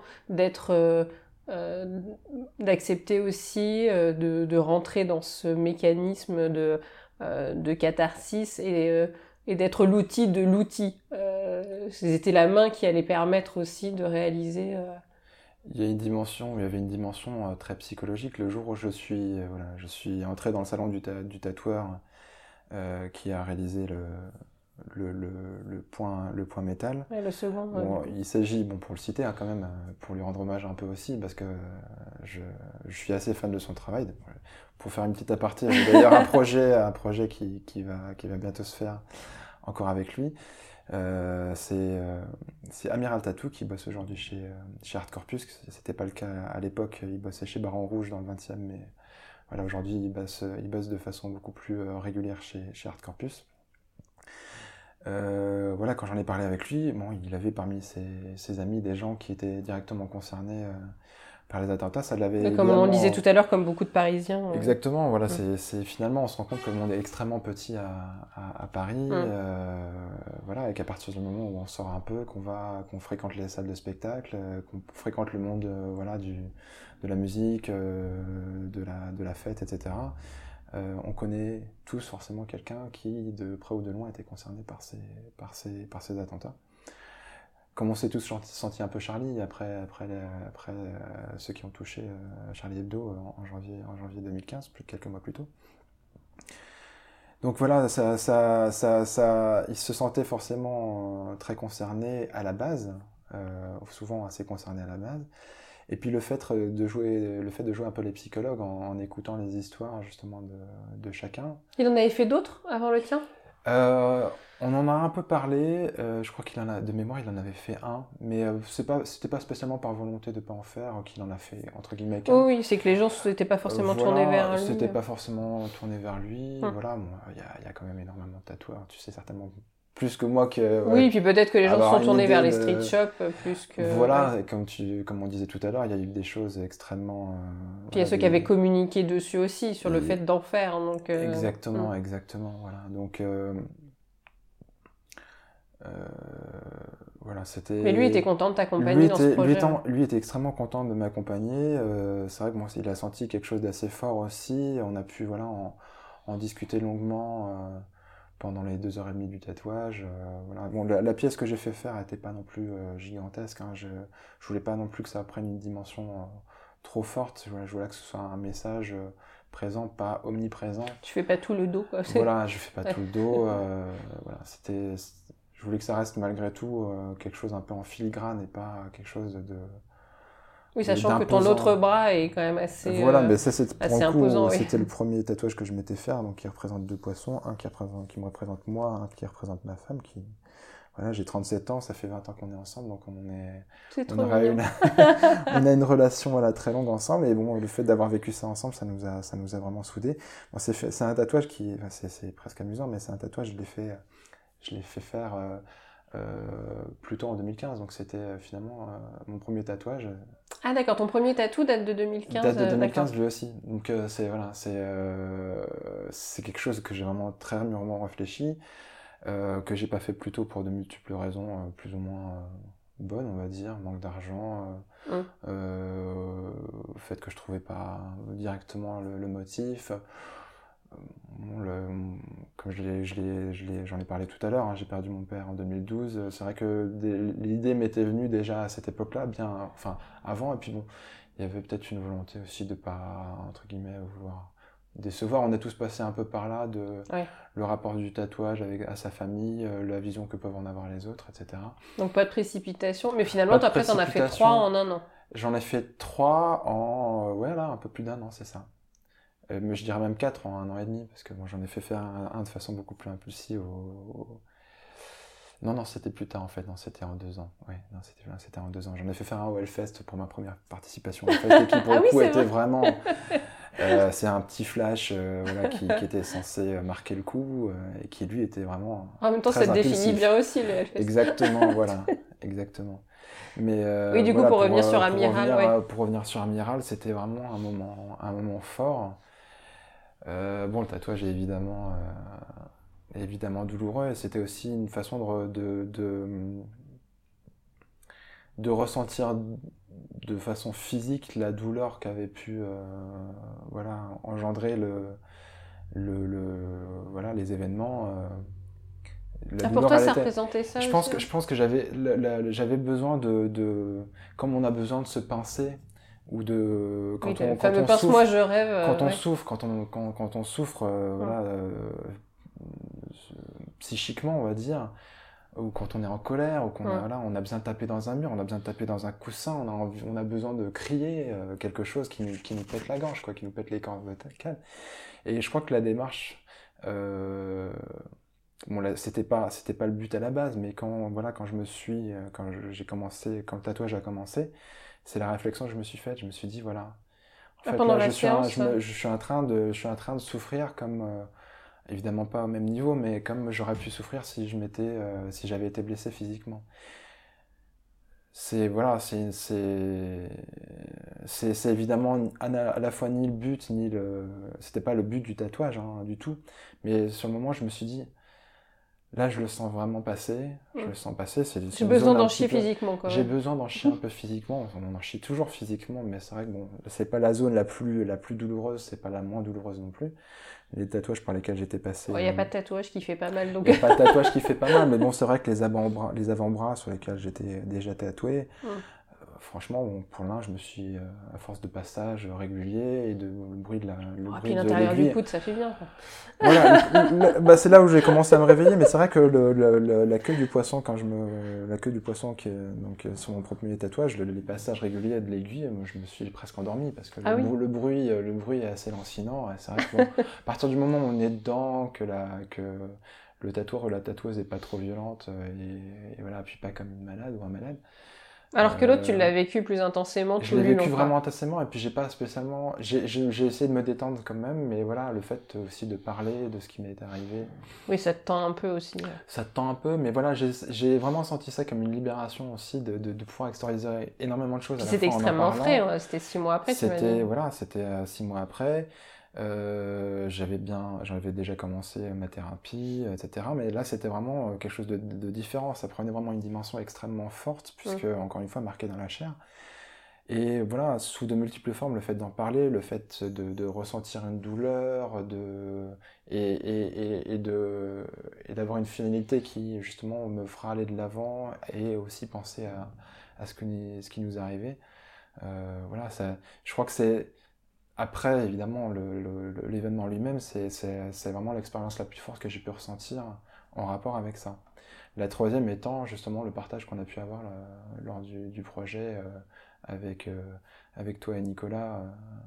d'accepter aussi de rentrer dans ce mécanisme de catharsis et d'être l'outil de l'outil. C'était la main qui allait permettre aussi de réaliser... Il y avait une dimension très psychologique. Le jour où je suis entré dans le salon du tatoueur qui a réalisé le point métal. Ouais, le second. Bon, il s'agit, pour le citer quand même, pour lui rendre hommage un peu aussi, parce que je suis assez fan de son travail. Pour faire une petite aparté, j'ai d'ailleurs un projet qui va bientôt se faire encore avec lui. C'est Amiral Tattoo qui bosse aujourd'hui chez Art Corpus. C'était pas le cas à l'époque, il bossait chez Baron Rouge dans le 20e, mais voilà, aujourd'hui il bosse de façon beaucoup plus régulière chez Art Corpus. Voilà, quand j'en ai parlé avec lui, il avait parmi ses amis des gens qui étaient directement concernés par les attentats. Ça l'avait comme on disait tout à l'heure, comme beaucoup de Parisiens. Exactement, voilà, c'est finalement, on se rend compte que le monde est extrêmement petit à Paris, voilà, et qu'à partir du moment où on sort un peu, qu'on fréquente les salles de spectacle, qu'on fréquente le monde de la musique, de la fête, etc., on connaît tous forcément quelqu'un qui, de près ou de loin, était concerné par ces attentats. Comme on s'est tous senti un peu Charlie après ceux qui ont touché Charlie Hebdo en janvier 2015, quelques mois plus tôt. Donc voilà, ils se sentaient forcément très concernés à la base, souvent assez concernés à la base. Et puis le fait de jouer un peu les psychologues en écoutant les histoires justement de chacun. Il en avait fait d'autres avant le tien ? On en a un peu parlé, je crois de mémoire il en avait fait un, mais c'était pas spécialement par volonté de ne pas en faire qu'il en a fait, entre guillemets. Oui, c'est que les gens ne s'étaient pas forcément tournés vers lui. C'était pas forcément tourné vers lui, voilà, il y a quand même énormément de tatoueurs, tu sais certainement plus que moi que... Oui, et puis peut-être que les gens se sont tournés vers les street shops plus que... Voilà, et comme on disait tout à l'heure, il y a eu des choses extrêmement... Puis il y a ceux qui avaient communiqué dessus aussi, sur le fait d'en faire. Donc, exactement, voilà. Donc... voilà, c'était... Mais lui était content de t'accompagner dans ce projet. Lui était extrêmement content de m'accompagner. C'est vrai que moi, il a senti quelque chose d'assez fort aussi. On a pu en discuter longuement pendant les 2h30 du tatouage. Voilà. Bon, la pièce que j'ai fait faire n'était pas non plus gigantesque. Hein. Je voulais pas non plus que ça prenne une dimension trop forte. Je voulais que ce soit un message présent, pas omniprésent. Tu fais pas tout le dos, quoi. Voilà, je fais pas tout le dos. Voilà, Je voulais que ça reste malgré tout quelque chose un peu en filigrane et pas quelque chose Oui, sachant que ton autre bras est quand même assez, voilà, mais ça, assez imposant. Oui. C'était le premier tatouage que je m'étais fait, donc qui représente 2 poissons, un qui me représente moi, un qui représente ma femme. Voilà, j'ai 37 ans, ça fait 20 ans qu'on est ensemble, donc C'est trop mignon. On a une relation voilà, très longue ensemble, et bon, le fait d'avoir vécu ça ensemble, ça nous a vraiment soudés. Bon, c'est un tatouage c'est presque amusant, mais c'est un tatouage, je l'ai fait faire plutôt en 2015, donc c'était finalement mon premier tatouage. Ah d'accord, ton premier tatou date de 2015. Date de 2015 lui aussi, donc c'est quelque chose que j'ai vraiment très mûrement réfléchi, que j'ai pas fait plus tôt pour de multiples raisons plus ou moins bonnes, on va dire, manque d'argent, le fait que je trouvais pas directement le motif. Comme j'en ai parlé tout à l'heure, hein, j'ai perdu mon père en 2012. C'est vrai que l'idée m'était venue déjà à cette époque-là, enfin avant, et puis bon, il y avait peut-être une volonté aussi de pas, entre guillemets, vouloir décevoir. On est tous passés un peu par là, le rapport du tatouage à sa famille, la vision que peuvent en avoir les autres, etc. Donc pas de précipitation, mais finalement, après, t'en as fait 3 en un an. J'en ai fait 3 en, un peu plus d'1 an, c'est ça. Mais je dirais même 4 en 1 an et demi, parce que j'en ai fait faire un de façon beaucoup plus impulsive. Non, c'était plus tard en fait, non, c'était en 2 ans. Ouais, non, c'était en 2 ans. J'en ai fait faire un au Hellfest pour ma première participation au Hellfest, et qui pour le coup était vraiment. C'est un petit flash qui était censé marquer le coup, et qui lui était vraiment. En même temps, ça te définit bien aussi le Hellfest. Exactement, voilà, exactement. Mais, oui, du coup, pour revenir sur Amiral, pour revenir sur Amiral, c'était vraiment un moment fort. Le tatouage est évidemment douloureux, et c'était aussi une façon de ressentir de façon physique la douleur qu'avait pu engendrer les événements. Pour toi, ça représentait ça je pense que j'avais besoin comme on a besoin de se pincer, ou de quand moi je rêve quand on souffre psychiquement, on va dire, ou quand on est en colère, ou on a besoin de taper dans un mur, on a besoin de taper dans un coussin, on a besoin de crier quelque chose qui nous pète la gorge, qui nous pète les cordes vocales. Et je crois que la démarche c'était pas le but à la base, mais quand le tatouage a commencé, c'est la réflexion que je me suis faite. Je me suis dit voilà, en fait, là, je suis en train de souffrir comme évidemment pas au même niveau, mais comme j'aurais pu souffrir si j'avais été blessé physiquement. C'est évidemment à la fois ni le but c'était pas le but du tatouage, hein, du tout. Mais sur le moment, je me suis dit là, je le sens vraiment passer. Je le sens passer. J'ai besoin d'en chier physiquement, quand même. J'ai besoin d'en chier un peu physiquement. On en chie toujours physiquement, mais c'est vrai que c'est pas la zone la plus douloureuse, c'est pas la moins douloureuse non plus. Les tatouages par lesquels j'étais passé. Il n'y a pas de tatouage qui fait pas mal, donc. Il n'y a pas de tatouage qui fait pas mal, mais c'est vrai que les avant-bras sur lesquels j'étais déjà tatoué. Franchement, pour l'un, je me suis, à force de passage régulier et le bruit de l'aiguille. Puis l'intérieur du coude, ça fait bien, quoi. Voilà, c'est là où j'ai commencé à me réveiller, mais c'est vrai que la queue du poisson, qui est donc sur mon premier tatouage, les passages réguliers de l'aiguille, moi, je me suis presque endormi, parce que le bruit est assez lancinant. C'est vrai que à partir du moment où on est dedans, que le tatoueur ou la tatoueuse n'est pas trop violente, et voilà, puis pas comme une malade ou un malade. Alors que l'autre, tu l'as vécu plus intensément. Je l'ai vécu vraiment intensément, et puis j'ai pas spécialement. J'ai essayé de me détendre quand même, mais voilà, le fait aussi de parler de ce qui m'est arrivé. Oui, ça te tend un peu aussi. Ça te tend un peu, mais voilà, j'ai vraiment senti ça comme une libération aussi, de pouvoir extérioriser énormément de choses. Puis c'était extrêmement frais, c'était 6 mois après. C'était 6 mois après. J'avais déjà commencé ma thérapie, etc. Mais là, c'était vraiment quelque chose de différent. Ça prenait vraiment une dimension extrêmement forte, puisque, encore une fois, marqué dans la chair. Et voilà, sous de multiples formes, le fait d'en parler, le fait de ressentir une douleur, et d'avoir une finalité qui, justement, me fera aller de l'avant, et aussi penser à ce qui nous arrivait. Voilà, je crois que c'est... Après, évidemment, l'événement lui-même, c'est vraiment l'expérience la plus forte que j'ai pu ressentir en rapport avec ça. La troisième étant justement le partage qu'on a pu avoir lors du projet avec toi et Nicolas.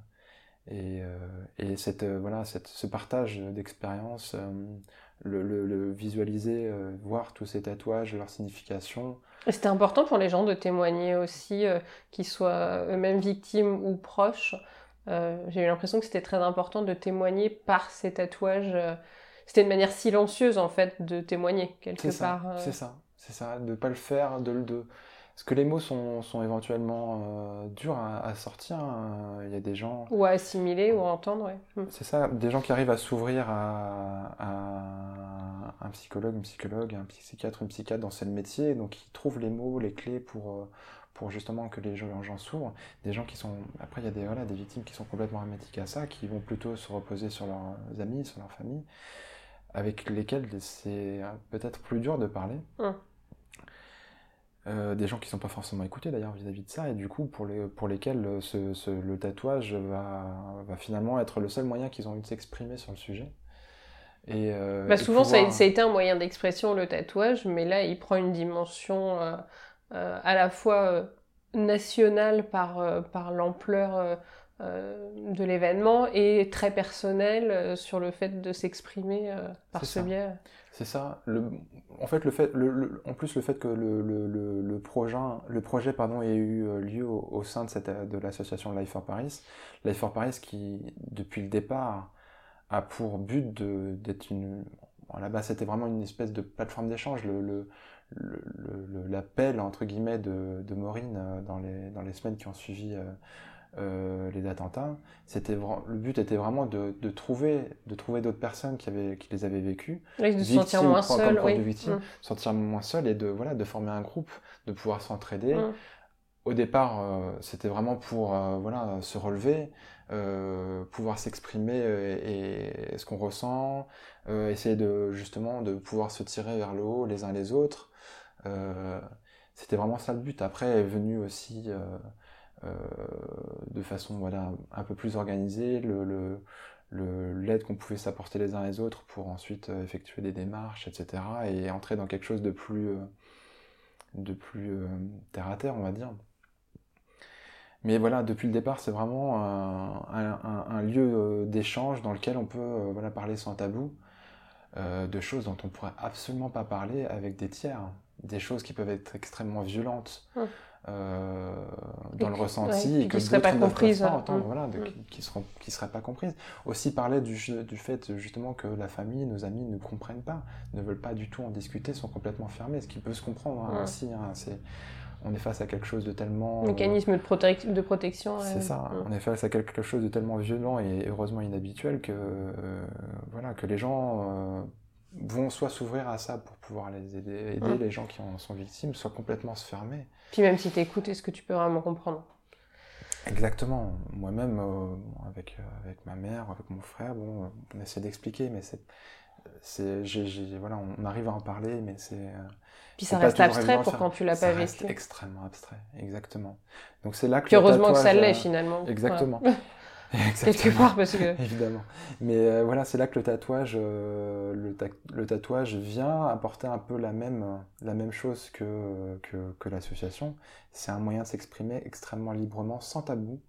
Et ce partage d'expérience, le visualiser, voir tous ces tatouages, leur signification. Et c'était important pour les gens de témoigner aussi, qu'ils soient eux-mêmes victimes ou proches. J'ai eu l'impression que c'était très important de témoigner par ces tatouages. C'était une manière silencieuse, en fait, de témoigner, quelque part. C'est ça, de ne pas le faire, parce que les mots sont éventuellement durs à sortir. Il y a des gens... Ou à assimiler, ou à entendre, ouais. C'est ça, des gens qui arrivent à s'ouvrir à un psychologue, une psychologue, un psychiatre, une psychiatre dans ce métier, donc ils trouvent les mots, les clés pour justement que les gens s'ouvrent. Des gens qui sont... Après, il y a des victimes qui sont complètement hermétiques à ça, qui vont plutôt se reposer sur leurs amis, sur leur famille, avec lesquels c'est peut-être plus dur de parler. Des gens qui ne sont pas forcément écoutés d'ailleurs vis-à-vis de ça, et du coup pour lesquels le tatouage va finalement être le seul moyen qu'ils ont eu de s'exprimer sur le sujet. Souvent ça a été un moyen d'expression, le tatouage, mais là il prend une dimension à la fois nationale par l'ampleur de l'événement, et très personnelle sur le fait de s'exprimer par ce biais. C'est ça. En fait, le fait que le projet ait eu lieu au sein de l'association Life for Paris. Life for Paris qui, depuis le départ, a pour but d'être une... Là-bas, c'était vraiment une espèce de plateforme d'échange. L'appel, entre guillemets, de Maureen dans les semaines qui ont suivi les attentats, le but était vraiment de trouver d'autres personnes qui les avaient vécues, et de se sentir moins seul, sentir moins seul, et de former un groupe, de pouvoir s'entraider. Au départ, c'était vraiment pour se relever, pouvoir s'exprimer et ce qu'on ressent, essayer justement de pouvoir se tirer vers le haut les uns les autres. C'était vraiment ça le but. Après est venu aussi de façon un peu plus organisée l'aide qu'on pouvait s'apporter les uns les autres pour ensuite effectuer des démarches, etc. et entrer dans quelque chose de plus terre à terre, on va dire. Mais voilà, depuis le départ, c'est vraiment un lieu d'échange dans lequel on peut parler sans tabou de choses dont on ne pourrait absolument pas parler avec des tiers, des choses qui peuvent être extrêmement violentes dans le ressenti, et que d'autres ne peuvent pas entendre, qui ne seraient pas comprises. Aussi parler du fait justement que la famille, nos amis ne comprennent pas, ne veulent pas du tout en discuter, sont complètement fermés, ce qui peut se comprendre aussi. On est face à quelque chose de tellement... Mécanisme de protection. C'est ça, on est face à quelque chose de tellement violent et heureusement inhabituel que les gens vont soit s'ouvrir à ça pour pouvoir les aider les gens qui en sont victimes, soit complètement se fermer. Puis même si t'écoutes, est-ce que tu peux vraiment comprendre ? Exactement. Moi-même, avec ma mère, avec mon frère, on essaie d'expliquer, mais on arrive à en parler, mais c'est... Puis ça reste abstrait pour quand tu l'as pas vécu. Ça reste extrêmement abstrait, exactement. Donc c'est là que... Puis heureusement que ça l'est finalement. Exactement. Ouais. Quelque part, parce que... Évidemment. Mais c'est là que le tatouage vient apporter un peu la même chose que l'association. C'est un moyen de s'exprimer extrêmement librement, sans tabou,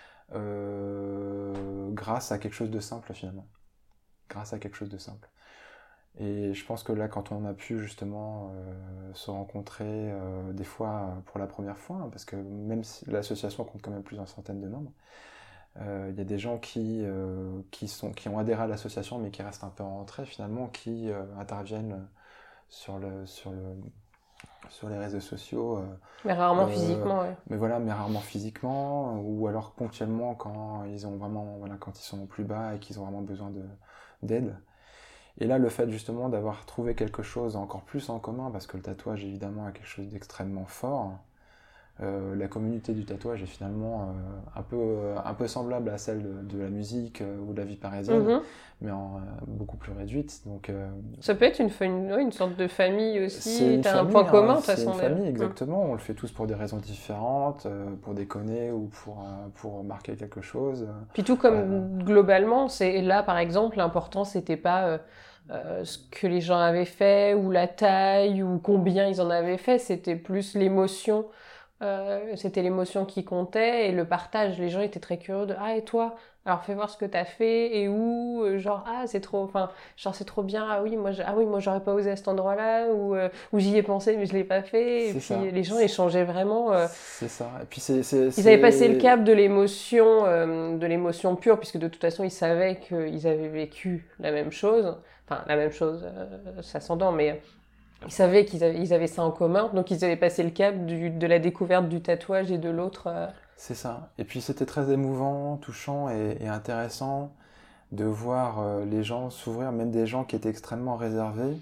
grâce à quelque chose de simple finalement. Grâce à quelque chose de simple. Et je pense que là, quand on a pu justement se rencontrer des fois pour la première fois, parce que même si l'association compte quand même plus d'une centaine de membres, il y a des gens qui ont adhéré à l'association mais qui restent un peu en retrait finalement, qui interviennent sur les réseaux sociaux. Mais rarement physiquement, ouais. Mais rarement physiquement, ou alors ponctuellement quand ils sont plus bas et qu'ils ont vraiment besoin d'aide. Et là, le fait justement d'avoir trouvé quelque chose encore plus en commun, parce que le tatouage évidemment a quelque chose d'extrêmement fort. La communauté du tatouage est finalement un peu semblable à celle de la musique ou de la vie parisienne, mais beaucoup plus réduite. Donc, ça peut être une sorte de famille aussi, t'as un point commun de toute façon. C'est une famille, exactement, on le fait tous pour des raisons différentes, pour déconner ou pour marquer quelque chose. Puis tout comme globalement, là par exemple, l'important c'était pas ce que les gens avaient fait, ou la taille, ou combien ils en avaient fait. C'était plus l'émotion. C'était l'émotion qui comptait et le partage. Les gens étaient très curieux de ah, et toi? Alors fais voir ce que t'as fait et où, genre ah c'est trop, enfin genre c'est trop bien, ah oui moi j'aurais pas osé à cet endroit-là, ou j'y ai pensé mais je l'ai pas fait, et C'est puis ça. les gens échangeaient vraiment, C'est ça. Et puis ils avaient passé le cap de l'émotion pure, puisque de toute façon ils savaient qu'ils avaient vécu la même chose, enfin la même chose, ça s'entend, mais ils savaient ils avaient ça en commun, donc ils avaient passé le cap de la découverte du tatouage et de l'autre. C'est ça. Et puis c'était très émouvant, touchant et intéressant de voir les gens s'ouvrir, même des gens qui étaient extrêmement réservés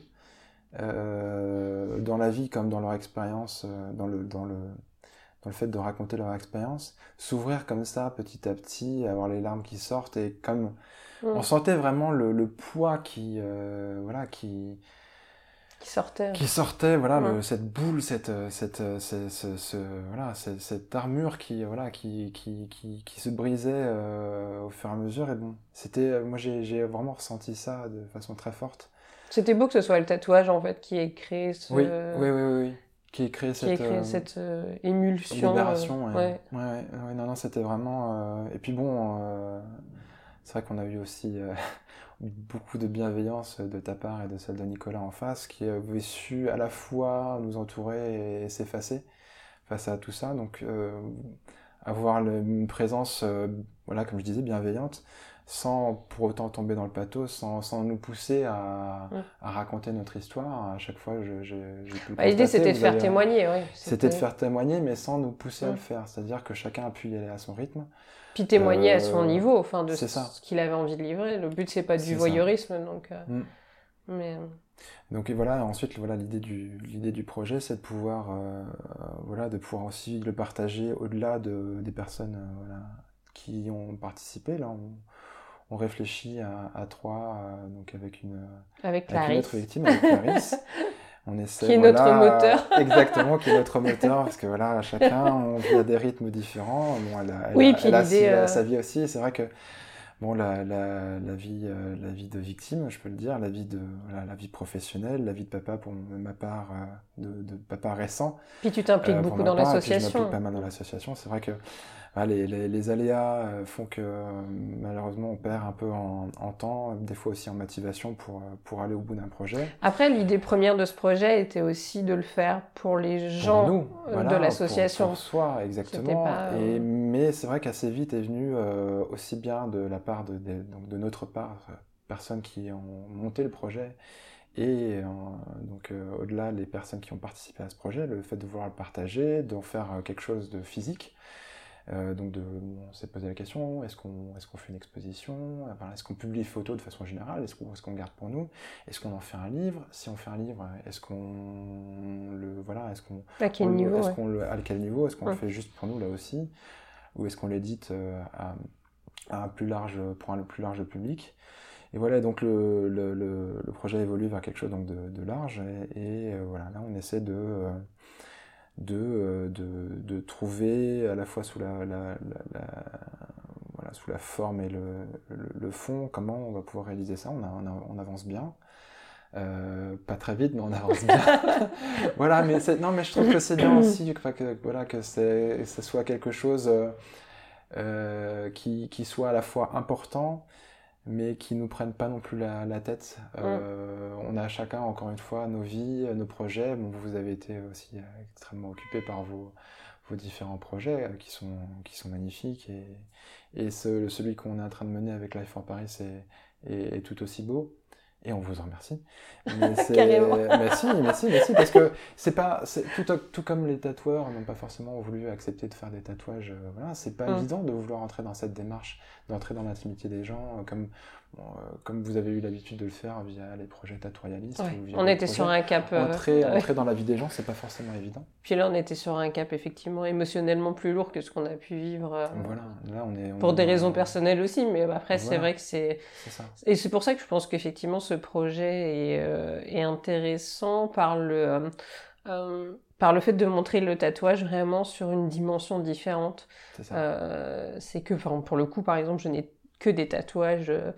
dans la vie comme dans leur expérience, dans le fait de raconter leur expérience, s'ouvrir comme ça petit à petit, avoir les larmes qui sortent et comme on sentait vraiment le poids voilà, Qui sortait, voilà, ouais. cette boule, voilà, cette armure voilà, qui se brisait au fur et à mesure. Et bon, moi j'ai vraiment ressenti ça de façon très forte. C'était beau que ce soit le tatouage en fait qui ait créé Oui, oui, oui, oui, oui. Qui ait créé cette émulsion. libération. Ouais. Ouais, non, non, c'était vraiment. Et puis bon, c'est vrai qu'on a eu aussi beaucoup de bienveillance de ta part et de celle de Nicolas en face, qui avait su à la fois nous entourer et s'effacer face à tout ça. Donc avoir une présence, voilà, comme je disais, bienveillante, sans pour autant tomber dans le pathos, sans nous pousser à raconter notre histoire. À chaque fois, j'ai pu le constater. L'idée, c'était de faire témoigner, oui. C'était de faire témoigner, mais sans nous pousser à le faire. C'est-à-dire que chacun a pu y aller à son rythme. Puis témoigner à son niveau, enfin, de ce qu'il avait envie de livrer. Le but, c'est pas du voyeurisme, donc... Donc et voilà, ensuite voilà, l'idée du projet, c'est de pouvoir, voilà, de pouvoir aussi le partager au-delà des personnes voilà, qui ont participé. Là, on réfléchit à trois, donc avec une autre victime, avec Clarisse. On essaie, qui est notre moteur. Exactement, qui est notre moteur, parce que voilà, chacun, on vit à des rythmes différents. Bon, elle a sa vie aussi, c'est vrai que bon, la vie de victime, je peux le dire, la vie professionnelle, la vie de papa pour ma part, de papa récent. Puis tu t'impliques beaucoup dans l'association. Je m'implique pas mal dans l'association. C'est vrai que les aléas font que malheureusement on perd un peu en temps, des fois aussi en motivation pour aller au bout d'un projet. Après, l'idée première de ce projet était aussi de le faire pour les gens nous, voilà, de l'association. Pour soi, exactement. Mais c'est vrai qu'assez vite est venu aussi bien de la part donc de notre part, personnes qui ont monté le projet, et donc au-delà des personnes qui ont participé à ce projet, le fait de vouloir le partager, d'en faire quelque chose de physique. Donc on s'est posé la question, est-ce qu'on fait une exposition, est-ce qu'on publie les photos de façon générale, est-ce qu'on garde pour nous, est-ce qu'on en fait un livre, si on fait un livre, est-ce qu'on le voilà, à quel niveau, à quel niveau, est-ce qu'on le fait juste pour nous là aussi, ou est-ce qu'on l'édite pour un plus large public. Et voilà, donc le projet évolue vers quelque chose donc de large, et voilà, là on essaie de trouver à la fois sous la forme et le fond, comment on va pouvoir réaliser ça. On avance bien. Pas très vite, mais on avance bien. Voilà, mais je trouve que c'est bien aussi que ce soit quelque chose qui soit à la fois important, mais qui nous prennent pas non plus la tête. On a chacun, encore une fois, nos vies, nos projets. Bon, vous avez été aussi extrêmement occupés par vos différents projets qui sont magnifiques, et celui qu'on est en train de mener avec Life for Paris est tout aussi beau. Et on vous en remercie. Carrément. Mais si, parce que tout comme les tatoueurs n'ont pas forcément voulu accepter de faire des tatouages, voilà, c'est pas évident de vouloir entrer dans cette démarche, d'entrer dans l'intimité des gens, comme vous avez eu l'habitude de le faire via les projets Tatouarialistes. Ouais. On était sur un cap. Entrer dans la vie des gens, c'est pas forcément évident. Puis là, on était sur un cap effectivement émotionnellement plus lourd que ce qu'on a pu vivre. Voilà, là pour des raisons personnelles aussi, mais après, c'est vrai que c'est ça. Et c'est pour ça que je pense qu'effectivement, ce projet est intéressant par le fait de montrer le tatouage vraiment sur une dimension différente. C'est que, pour le coup, par exemple, je n'ai que des tatouages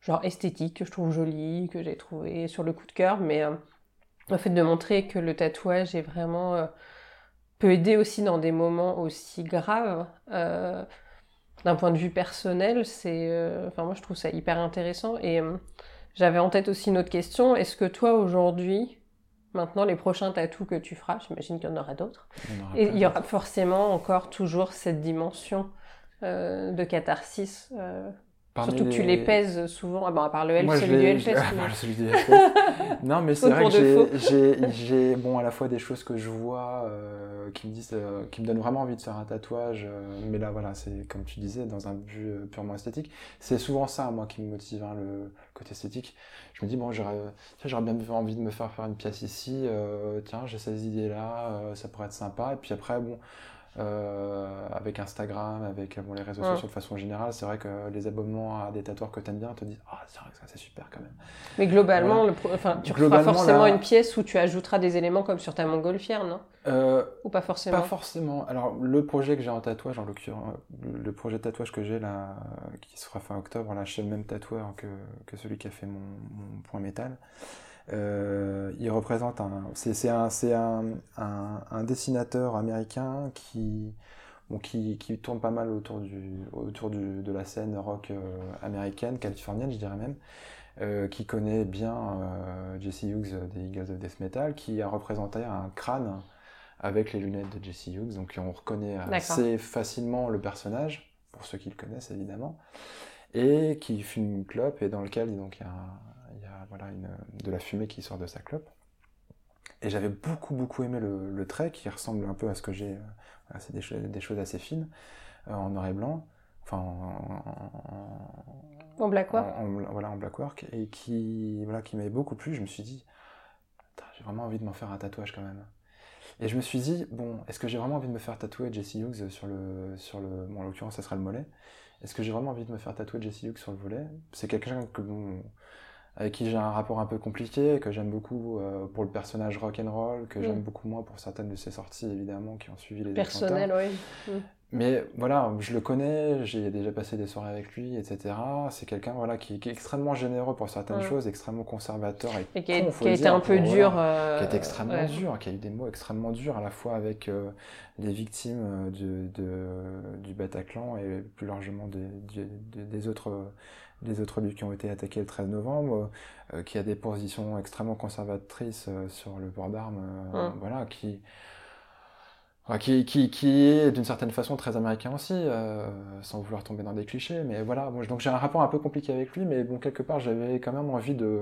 genre esthétique, que je trouve jolie, que j'ai trouvé sur le coup de cœur, mais le fait de montrer que le tatouage est vraiment peut aider aussi dans des moments aussi graves. D'un point de vue personnel, moi je trouve ça hyper intéressant. Et j'avais en tête aussi une autre question. Est-ce que toi aujourd'hui, maintenant les prochains tatous que tu feras, j'imagine qu'il y en aura d'autres, et il y aura forcément encore toujours cette dimension de catharsis surtout que tu les pèses souvent. À part le Hellfest, celui du Hellfest. Celui du Hellfest. Non, mais c'est vrai que j'ai bon, à la fois des choses que je vois qui me disent, qui me donnent vraiment envie de faire un tatouage. Mais là, voilà, c'est comme tu disais, dans un but purement esthétique. C'est souvent ça, moi, qui me motive, hein, le côté esthétique. Je me dis, bon, j'aurais bien envie de me faire une pièce ici. Tiens, j'ai ces idées-là, ça pourrait être sympa. Et puis après, bon. Avec Instagram, avec les réseaux sociaux de façon générale, c'est vrai que les abonnements à des tatoueurs que tu aimes bien te disent ah c'est vrai que ça c'est super quand même. Mais globalement, tu feras forcément une pièce où tu ajouteras des éléments comme sur ta montgolfière, non ou pas forcément? Pas forcément. Alors le projet que j'ai en tatouage, en l'occurrence, le projet de tatouage que j'ai là, qui se fera fin octobre, là chez le même tatoueur que celui qui a fait mon point métal. Il représente c'est un dessinateur américain qui tourne pas mal autour de la scène rock américaine, californienne, je dirais même, qui connaît bien Jesse Hughes des Eagles of Death Metal, qui a représenté un crâne avec les lunettes de Jesse Hughes, donc on reconnaît assez facilement le personnage, pour ceux qui le connaissent évidemment, et qui fume une clope, et dans lequel donc, il y a de la fumée qui sort de sa clope. Et j'avais beaucoup aimé le trait qui ressemble un peu à ce que j'ai. C'est des choses assez fines, en noir et blanc, enfin en blackwork. En blackwork, et qui m'avait beaucoup plu. Je me suis dit, j'ai vraiment envie de m'en faire un tatouage quand même. Et je me suis dit, bon, est-ce que j'ai vraiment envie de me faire tatouer Jesse Hughes sur le bon, en l'occurrence, ça sera le mollet. Est-ce que j'ai vraiment envie de me faire tatouer Jesse Hughes sur le volet? C'est quelqu'un avec qui j'ai un rapport un peu compliqué, que j'aime beaucoup pour le personnage rock'n'roll, que j'aime beaucoup moins pour certaines de ses sorties, évidemment, qui ont suivi les personnel, oui. Mais voilà, je le connais, j'ai déjà passé des soirées avec lui, etc. C'est quelqu'un qui est extrêmement généreux pour certaines choses, extrêmement conservateur. Et qui a été un peu dur. Qui a été extrêmement dur, qui a eu des mots extrêmement durs, à la fois avec les victimes du Bataclan et plus largement des autres lieux qui ont été attaqués le 13 novembre, qui a des positions extrêmement conservatrices sur le port d'armes, qui est d'une certaine façon très américain aussi, sans vouloir tomber dans des clichés, mais voilà, donc j'ai un rapport un peu compliqué avec lui, mais bon, quelque part j'avais quand même envie de...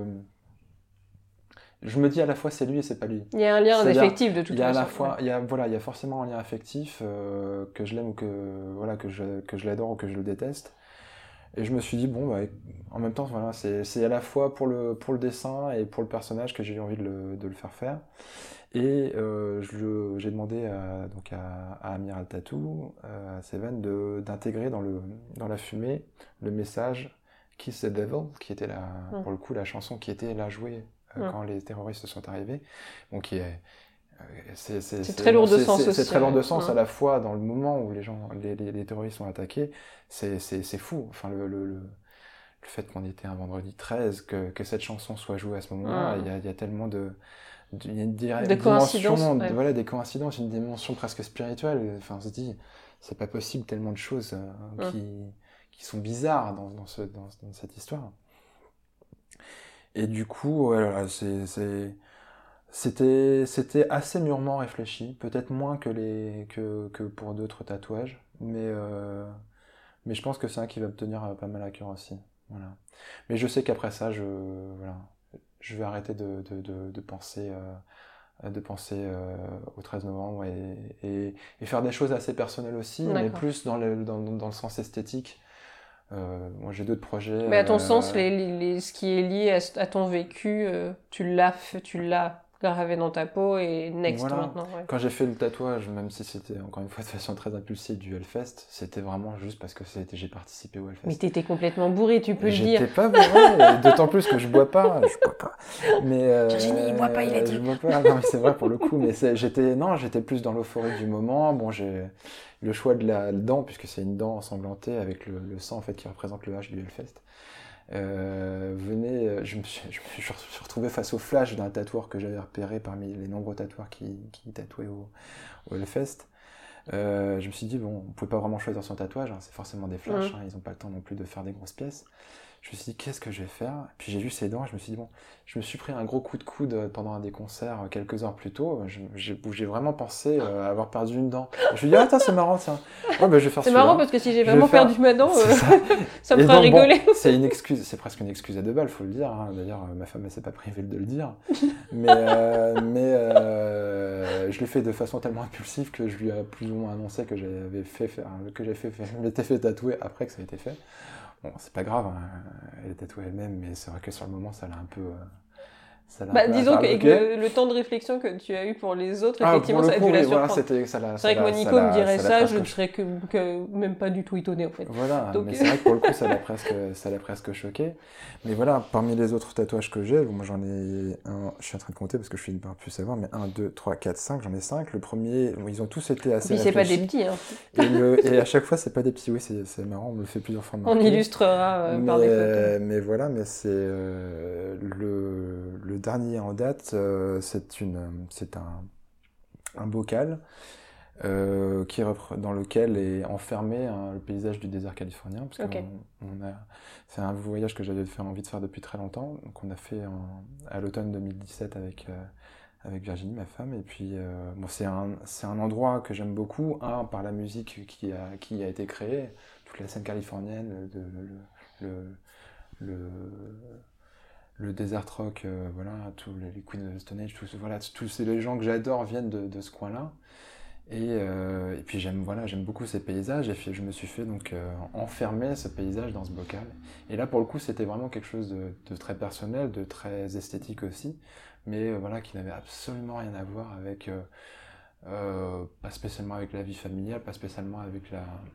Je me dis à la fois c'est lui et c'est pas lui. Il y a un lien affectif de toute façon. Il y a forcément un lien affectif, que je l'aime ou que je l'adore ou que je le déteste. Et je me suis dit, bon, en même temps, voilà, c'est à la fois pour le dessin et pour le personnage que j'ai eu envie de le faire. Et j'ai demandé à Amiral Tattoo, à Seven, d'intégrer dans la fumée le message Kiss the Devil, qui était pour le coup la chanson qui était là jouée quand les terroristes sont arrivés. Bon, c'est très lourd de sens aussi. C'est très lourd de sens à la fois dans le moment où les terroristes sont attaqués. C'est fou. Enfin, le fait qu'on était un vendredi 13, que cette chanson soit jouée à ce moment-là, il y a tellement des coïncidences, une dimension presque spirituelle. Enfin, on se dit, c'est pas possible, tellement de choses qui sont bizarres dans cette histoire. Et du coup, voilà, c'était assez mûrement réfléchi, peut-être moins que pour d'autres tatouages, mais je pense que c'est un qui va me tenir pas mal à cœur aussi. Voilà. Mais je sais qu'après ça, je vais arrêter de penser au 13 novembre et faire des choses assez personnelles aussi, mais plus dans le sens esthétique. Moi j'ai d'autres projets. Mais à ton sens, ce qui est lié à ton vécu, tu l'as gravé dans ta peau et next maintenant. Ouais. Quand j'ai fait le tatouage, même si c'était encore une fois de façon très impulsive du Hellfest, c'était vraiment juste parce que j'ai participé au Hellfest. Mais t'étais complètement bourré, tu peux le dire. J'étais pas bourré, d'autant plus que je bois pas. Mais Virginie, il boit pas, il a dit. Je bois pas, non mais c'est vrai pour le coup, mais j'étais plus dans l'euphorie du moment. Bon, j'ai le choix de la dent, puisque c'est une dent ensanglantée avec le sang en fait qui représente le H du Hellfest. je me suis retrouvé face au flash d'un tatoueur que j'avais repéré parmi les nombreux tatoueurs qui tatouaient au Hellfest. Je me suis dit, bon, on ne pouvait pas vraiment choisir son tatouage, hein, c'est forcément des flashs, ils n'ont pas le temps non plus de faire des grosses pièces. Je me suis dit, qu'est-ce que je vais faire? Puis j'ai vu ses dents, je me suis dit, bon, je me suis pris un gros coup de coude pendant un des concerts quelques heures plus tôt, j'ai vraiment pensé avoir perdu une dent. Je me suis dit, attends, c'est marrant, tiens. Ouais, bah, je vais faire c'est marrant parce que si j'ai vraiment perdu ma dent, ça me Et fera donc, rigoler. Bon, c'est une excuse, c'est presque une excuse à deux balles, faut le dire. Hein. D'ailleurs, ma femme, elle s'est pas privée de le dire. Mais je l'ai fait de façon tellement impulsive que je lui ai plus ou moins annoncé que je m'étais fait tatouer après que ça a été fait. Bon, c'est pas grave, hein. Elle est tatouée elle-même, mais c'est vrai que sur le moment, ça l'a un peu. Disons qu'avec le temps de réflexion que tu as eu pour les autres, effectivement, ça a dû la surprendre. C'est vrai que moi, Nico me dirait ça, je ne serais que même pas du tout étonné en fait. Voilà, donc... mais c'est vrai que pour le coup, ça l'a presque choqué. Mais voilà, parmi les autres tatouages que j'ai, moi j'en ai un, je suis en train de compter parce que je suis pas plus savoir, mais 1, 2, 3, 4, 5, j'en ai 5. Le premier, ils ont tous été assez réfléchis. Et puis c'est pas des petits. Hein. Et à chaque fois, c'est pas des petits, oui, c'est marrant, on me le fait plusieurs fois marquer. On illustrera par des photos. Mais voilà, mais c'est le dernier en date, c'est un bocal dans lequel est enfermé le paysage du désert californien, parce que c'est un voyage que j'avais envie de faire depuis très longtemps, donc on a fait à l'automne 2017 avec Virginie, ma femme, et puis bon, c'est un endroit que j'aime beaucoup, par la musique qui a été créée, toute la scène californienne, le desert rock, voilà, tous les Queens of the Stone Age, tous les gens que j'adore viennent de ce coin-là. Et puis j'aime beaucoup ces paysages, et je me suis fait donc enfermer ce paysage dans ce bocal. Et là pour le coup c'était vraiment quelque chose de très personnel, de très esthétique aussi, mais voilà, qui n'avait absolument rien à voir avec, pas spécialement avec la vie familiale, pas spécialement avec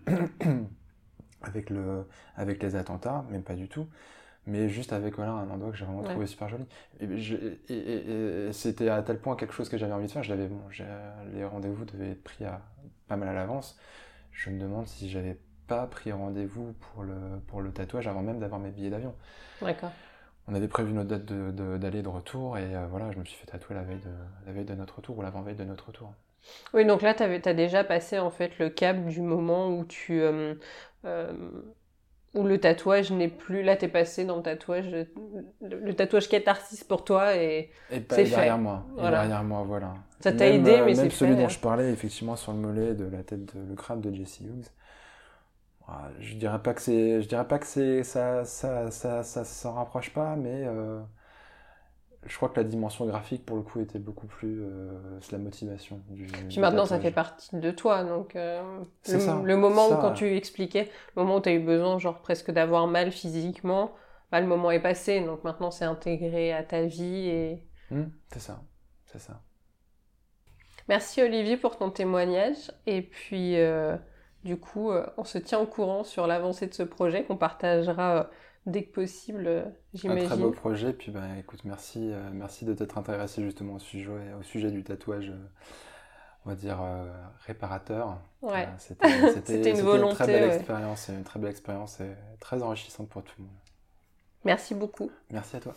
avec les attentats, même pas du tout. Mais juste avec un endroit que j'ai vraiment trouvé super joli. Et c'était à tel point quelque chose que j'avais envie de faire. Les rendez-vous devaient être pris pas mal à l'avance. Je me demande si j'avais pas pris rendez-vous pour le tatouage avant même d'avoir mes billets d'avion. D'accord. On avait prévu notre date d'aller et de retour, et voilà, je me suis fait tatouer la veille de notre retour, ou l'avant-veille de notre retour. Oui, donc là, t'as déjà passé en fait le cap du moment où où le tatouage n'est plus... Là, t'es passé dans le tatouage catharsis pour toi et c'est fait. Derrière moi, voilà. Voilà. Ça t'a aidé, mais c'est fait. Même celui dont je parlais, effectivement, sur le mollet de la tête, le crâne de Jesse Hughes. Je dirais pas que ça s'en rapproche pas, mais je crois que la dimension graphique, pour le coup, était beaucoup plus la motivation Puis maintenant, ça fait partie de toi, donc le moment où, quand tu expliquais, le moment où tu as eu besoin, genre presque d'avoir mal physiquement, le moment est passé, donc maintenant c'est intégré à ta vie et... c'est ça. Merci Olivier pour ton témoignage, et puis du coup, on se tient au courant sur l'avancée de ce projet qu'on partagera dès que possible, j'imagine. Un très beau projet, puis écoute, merci de t'être intéressé justement au sujet du tatouage, on va dire réparateur. Ouais. C'était une volonté. Une très belle expérience et très enrichissante pour tout le monde. Merci beaucoup. Merci à toi.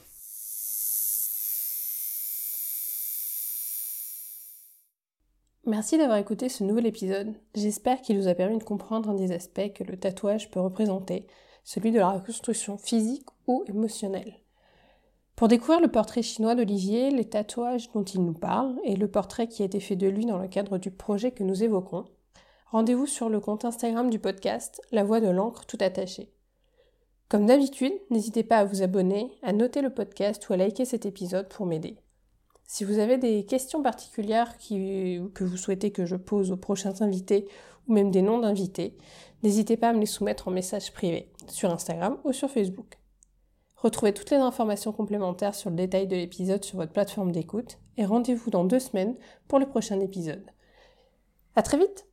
Merci d'avoir écouté ce nouvel épisode. J'espère qu'il vous a permis de comprendre un des aspects que le tatouage peut représenter, celui de la reconstruction physique ou émotionnelle. Pour découvrir le portrait chinois d'Olivier, les tatouages dont il nous parle et le portrait qui a été fait de lui dans le cadre du projet que nous évoquons, rendez-vous sur le compte Instagram du podcast, La Voix de l'encre tout attaché. Comme d'habitude, n'hésitez pas à vous abonner, à noter le podcast ou à liker cet épisode pour m'aider. Si vous avez des questions particulières que vous souhaitez que je pose aux prochains invités ou même des noms d'invités, n'hésitez pas à me les soumettre en message privé, sur Instagram ou sur Facebook. Retrouvez toutes les informations complémentaires sur le détail de l'épisode sur votre plateforme d'écoute et rendez-vous dans 2 semaines pour le prochain épisode. À très vite!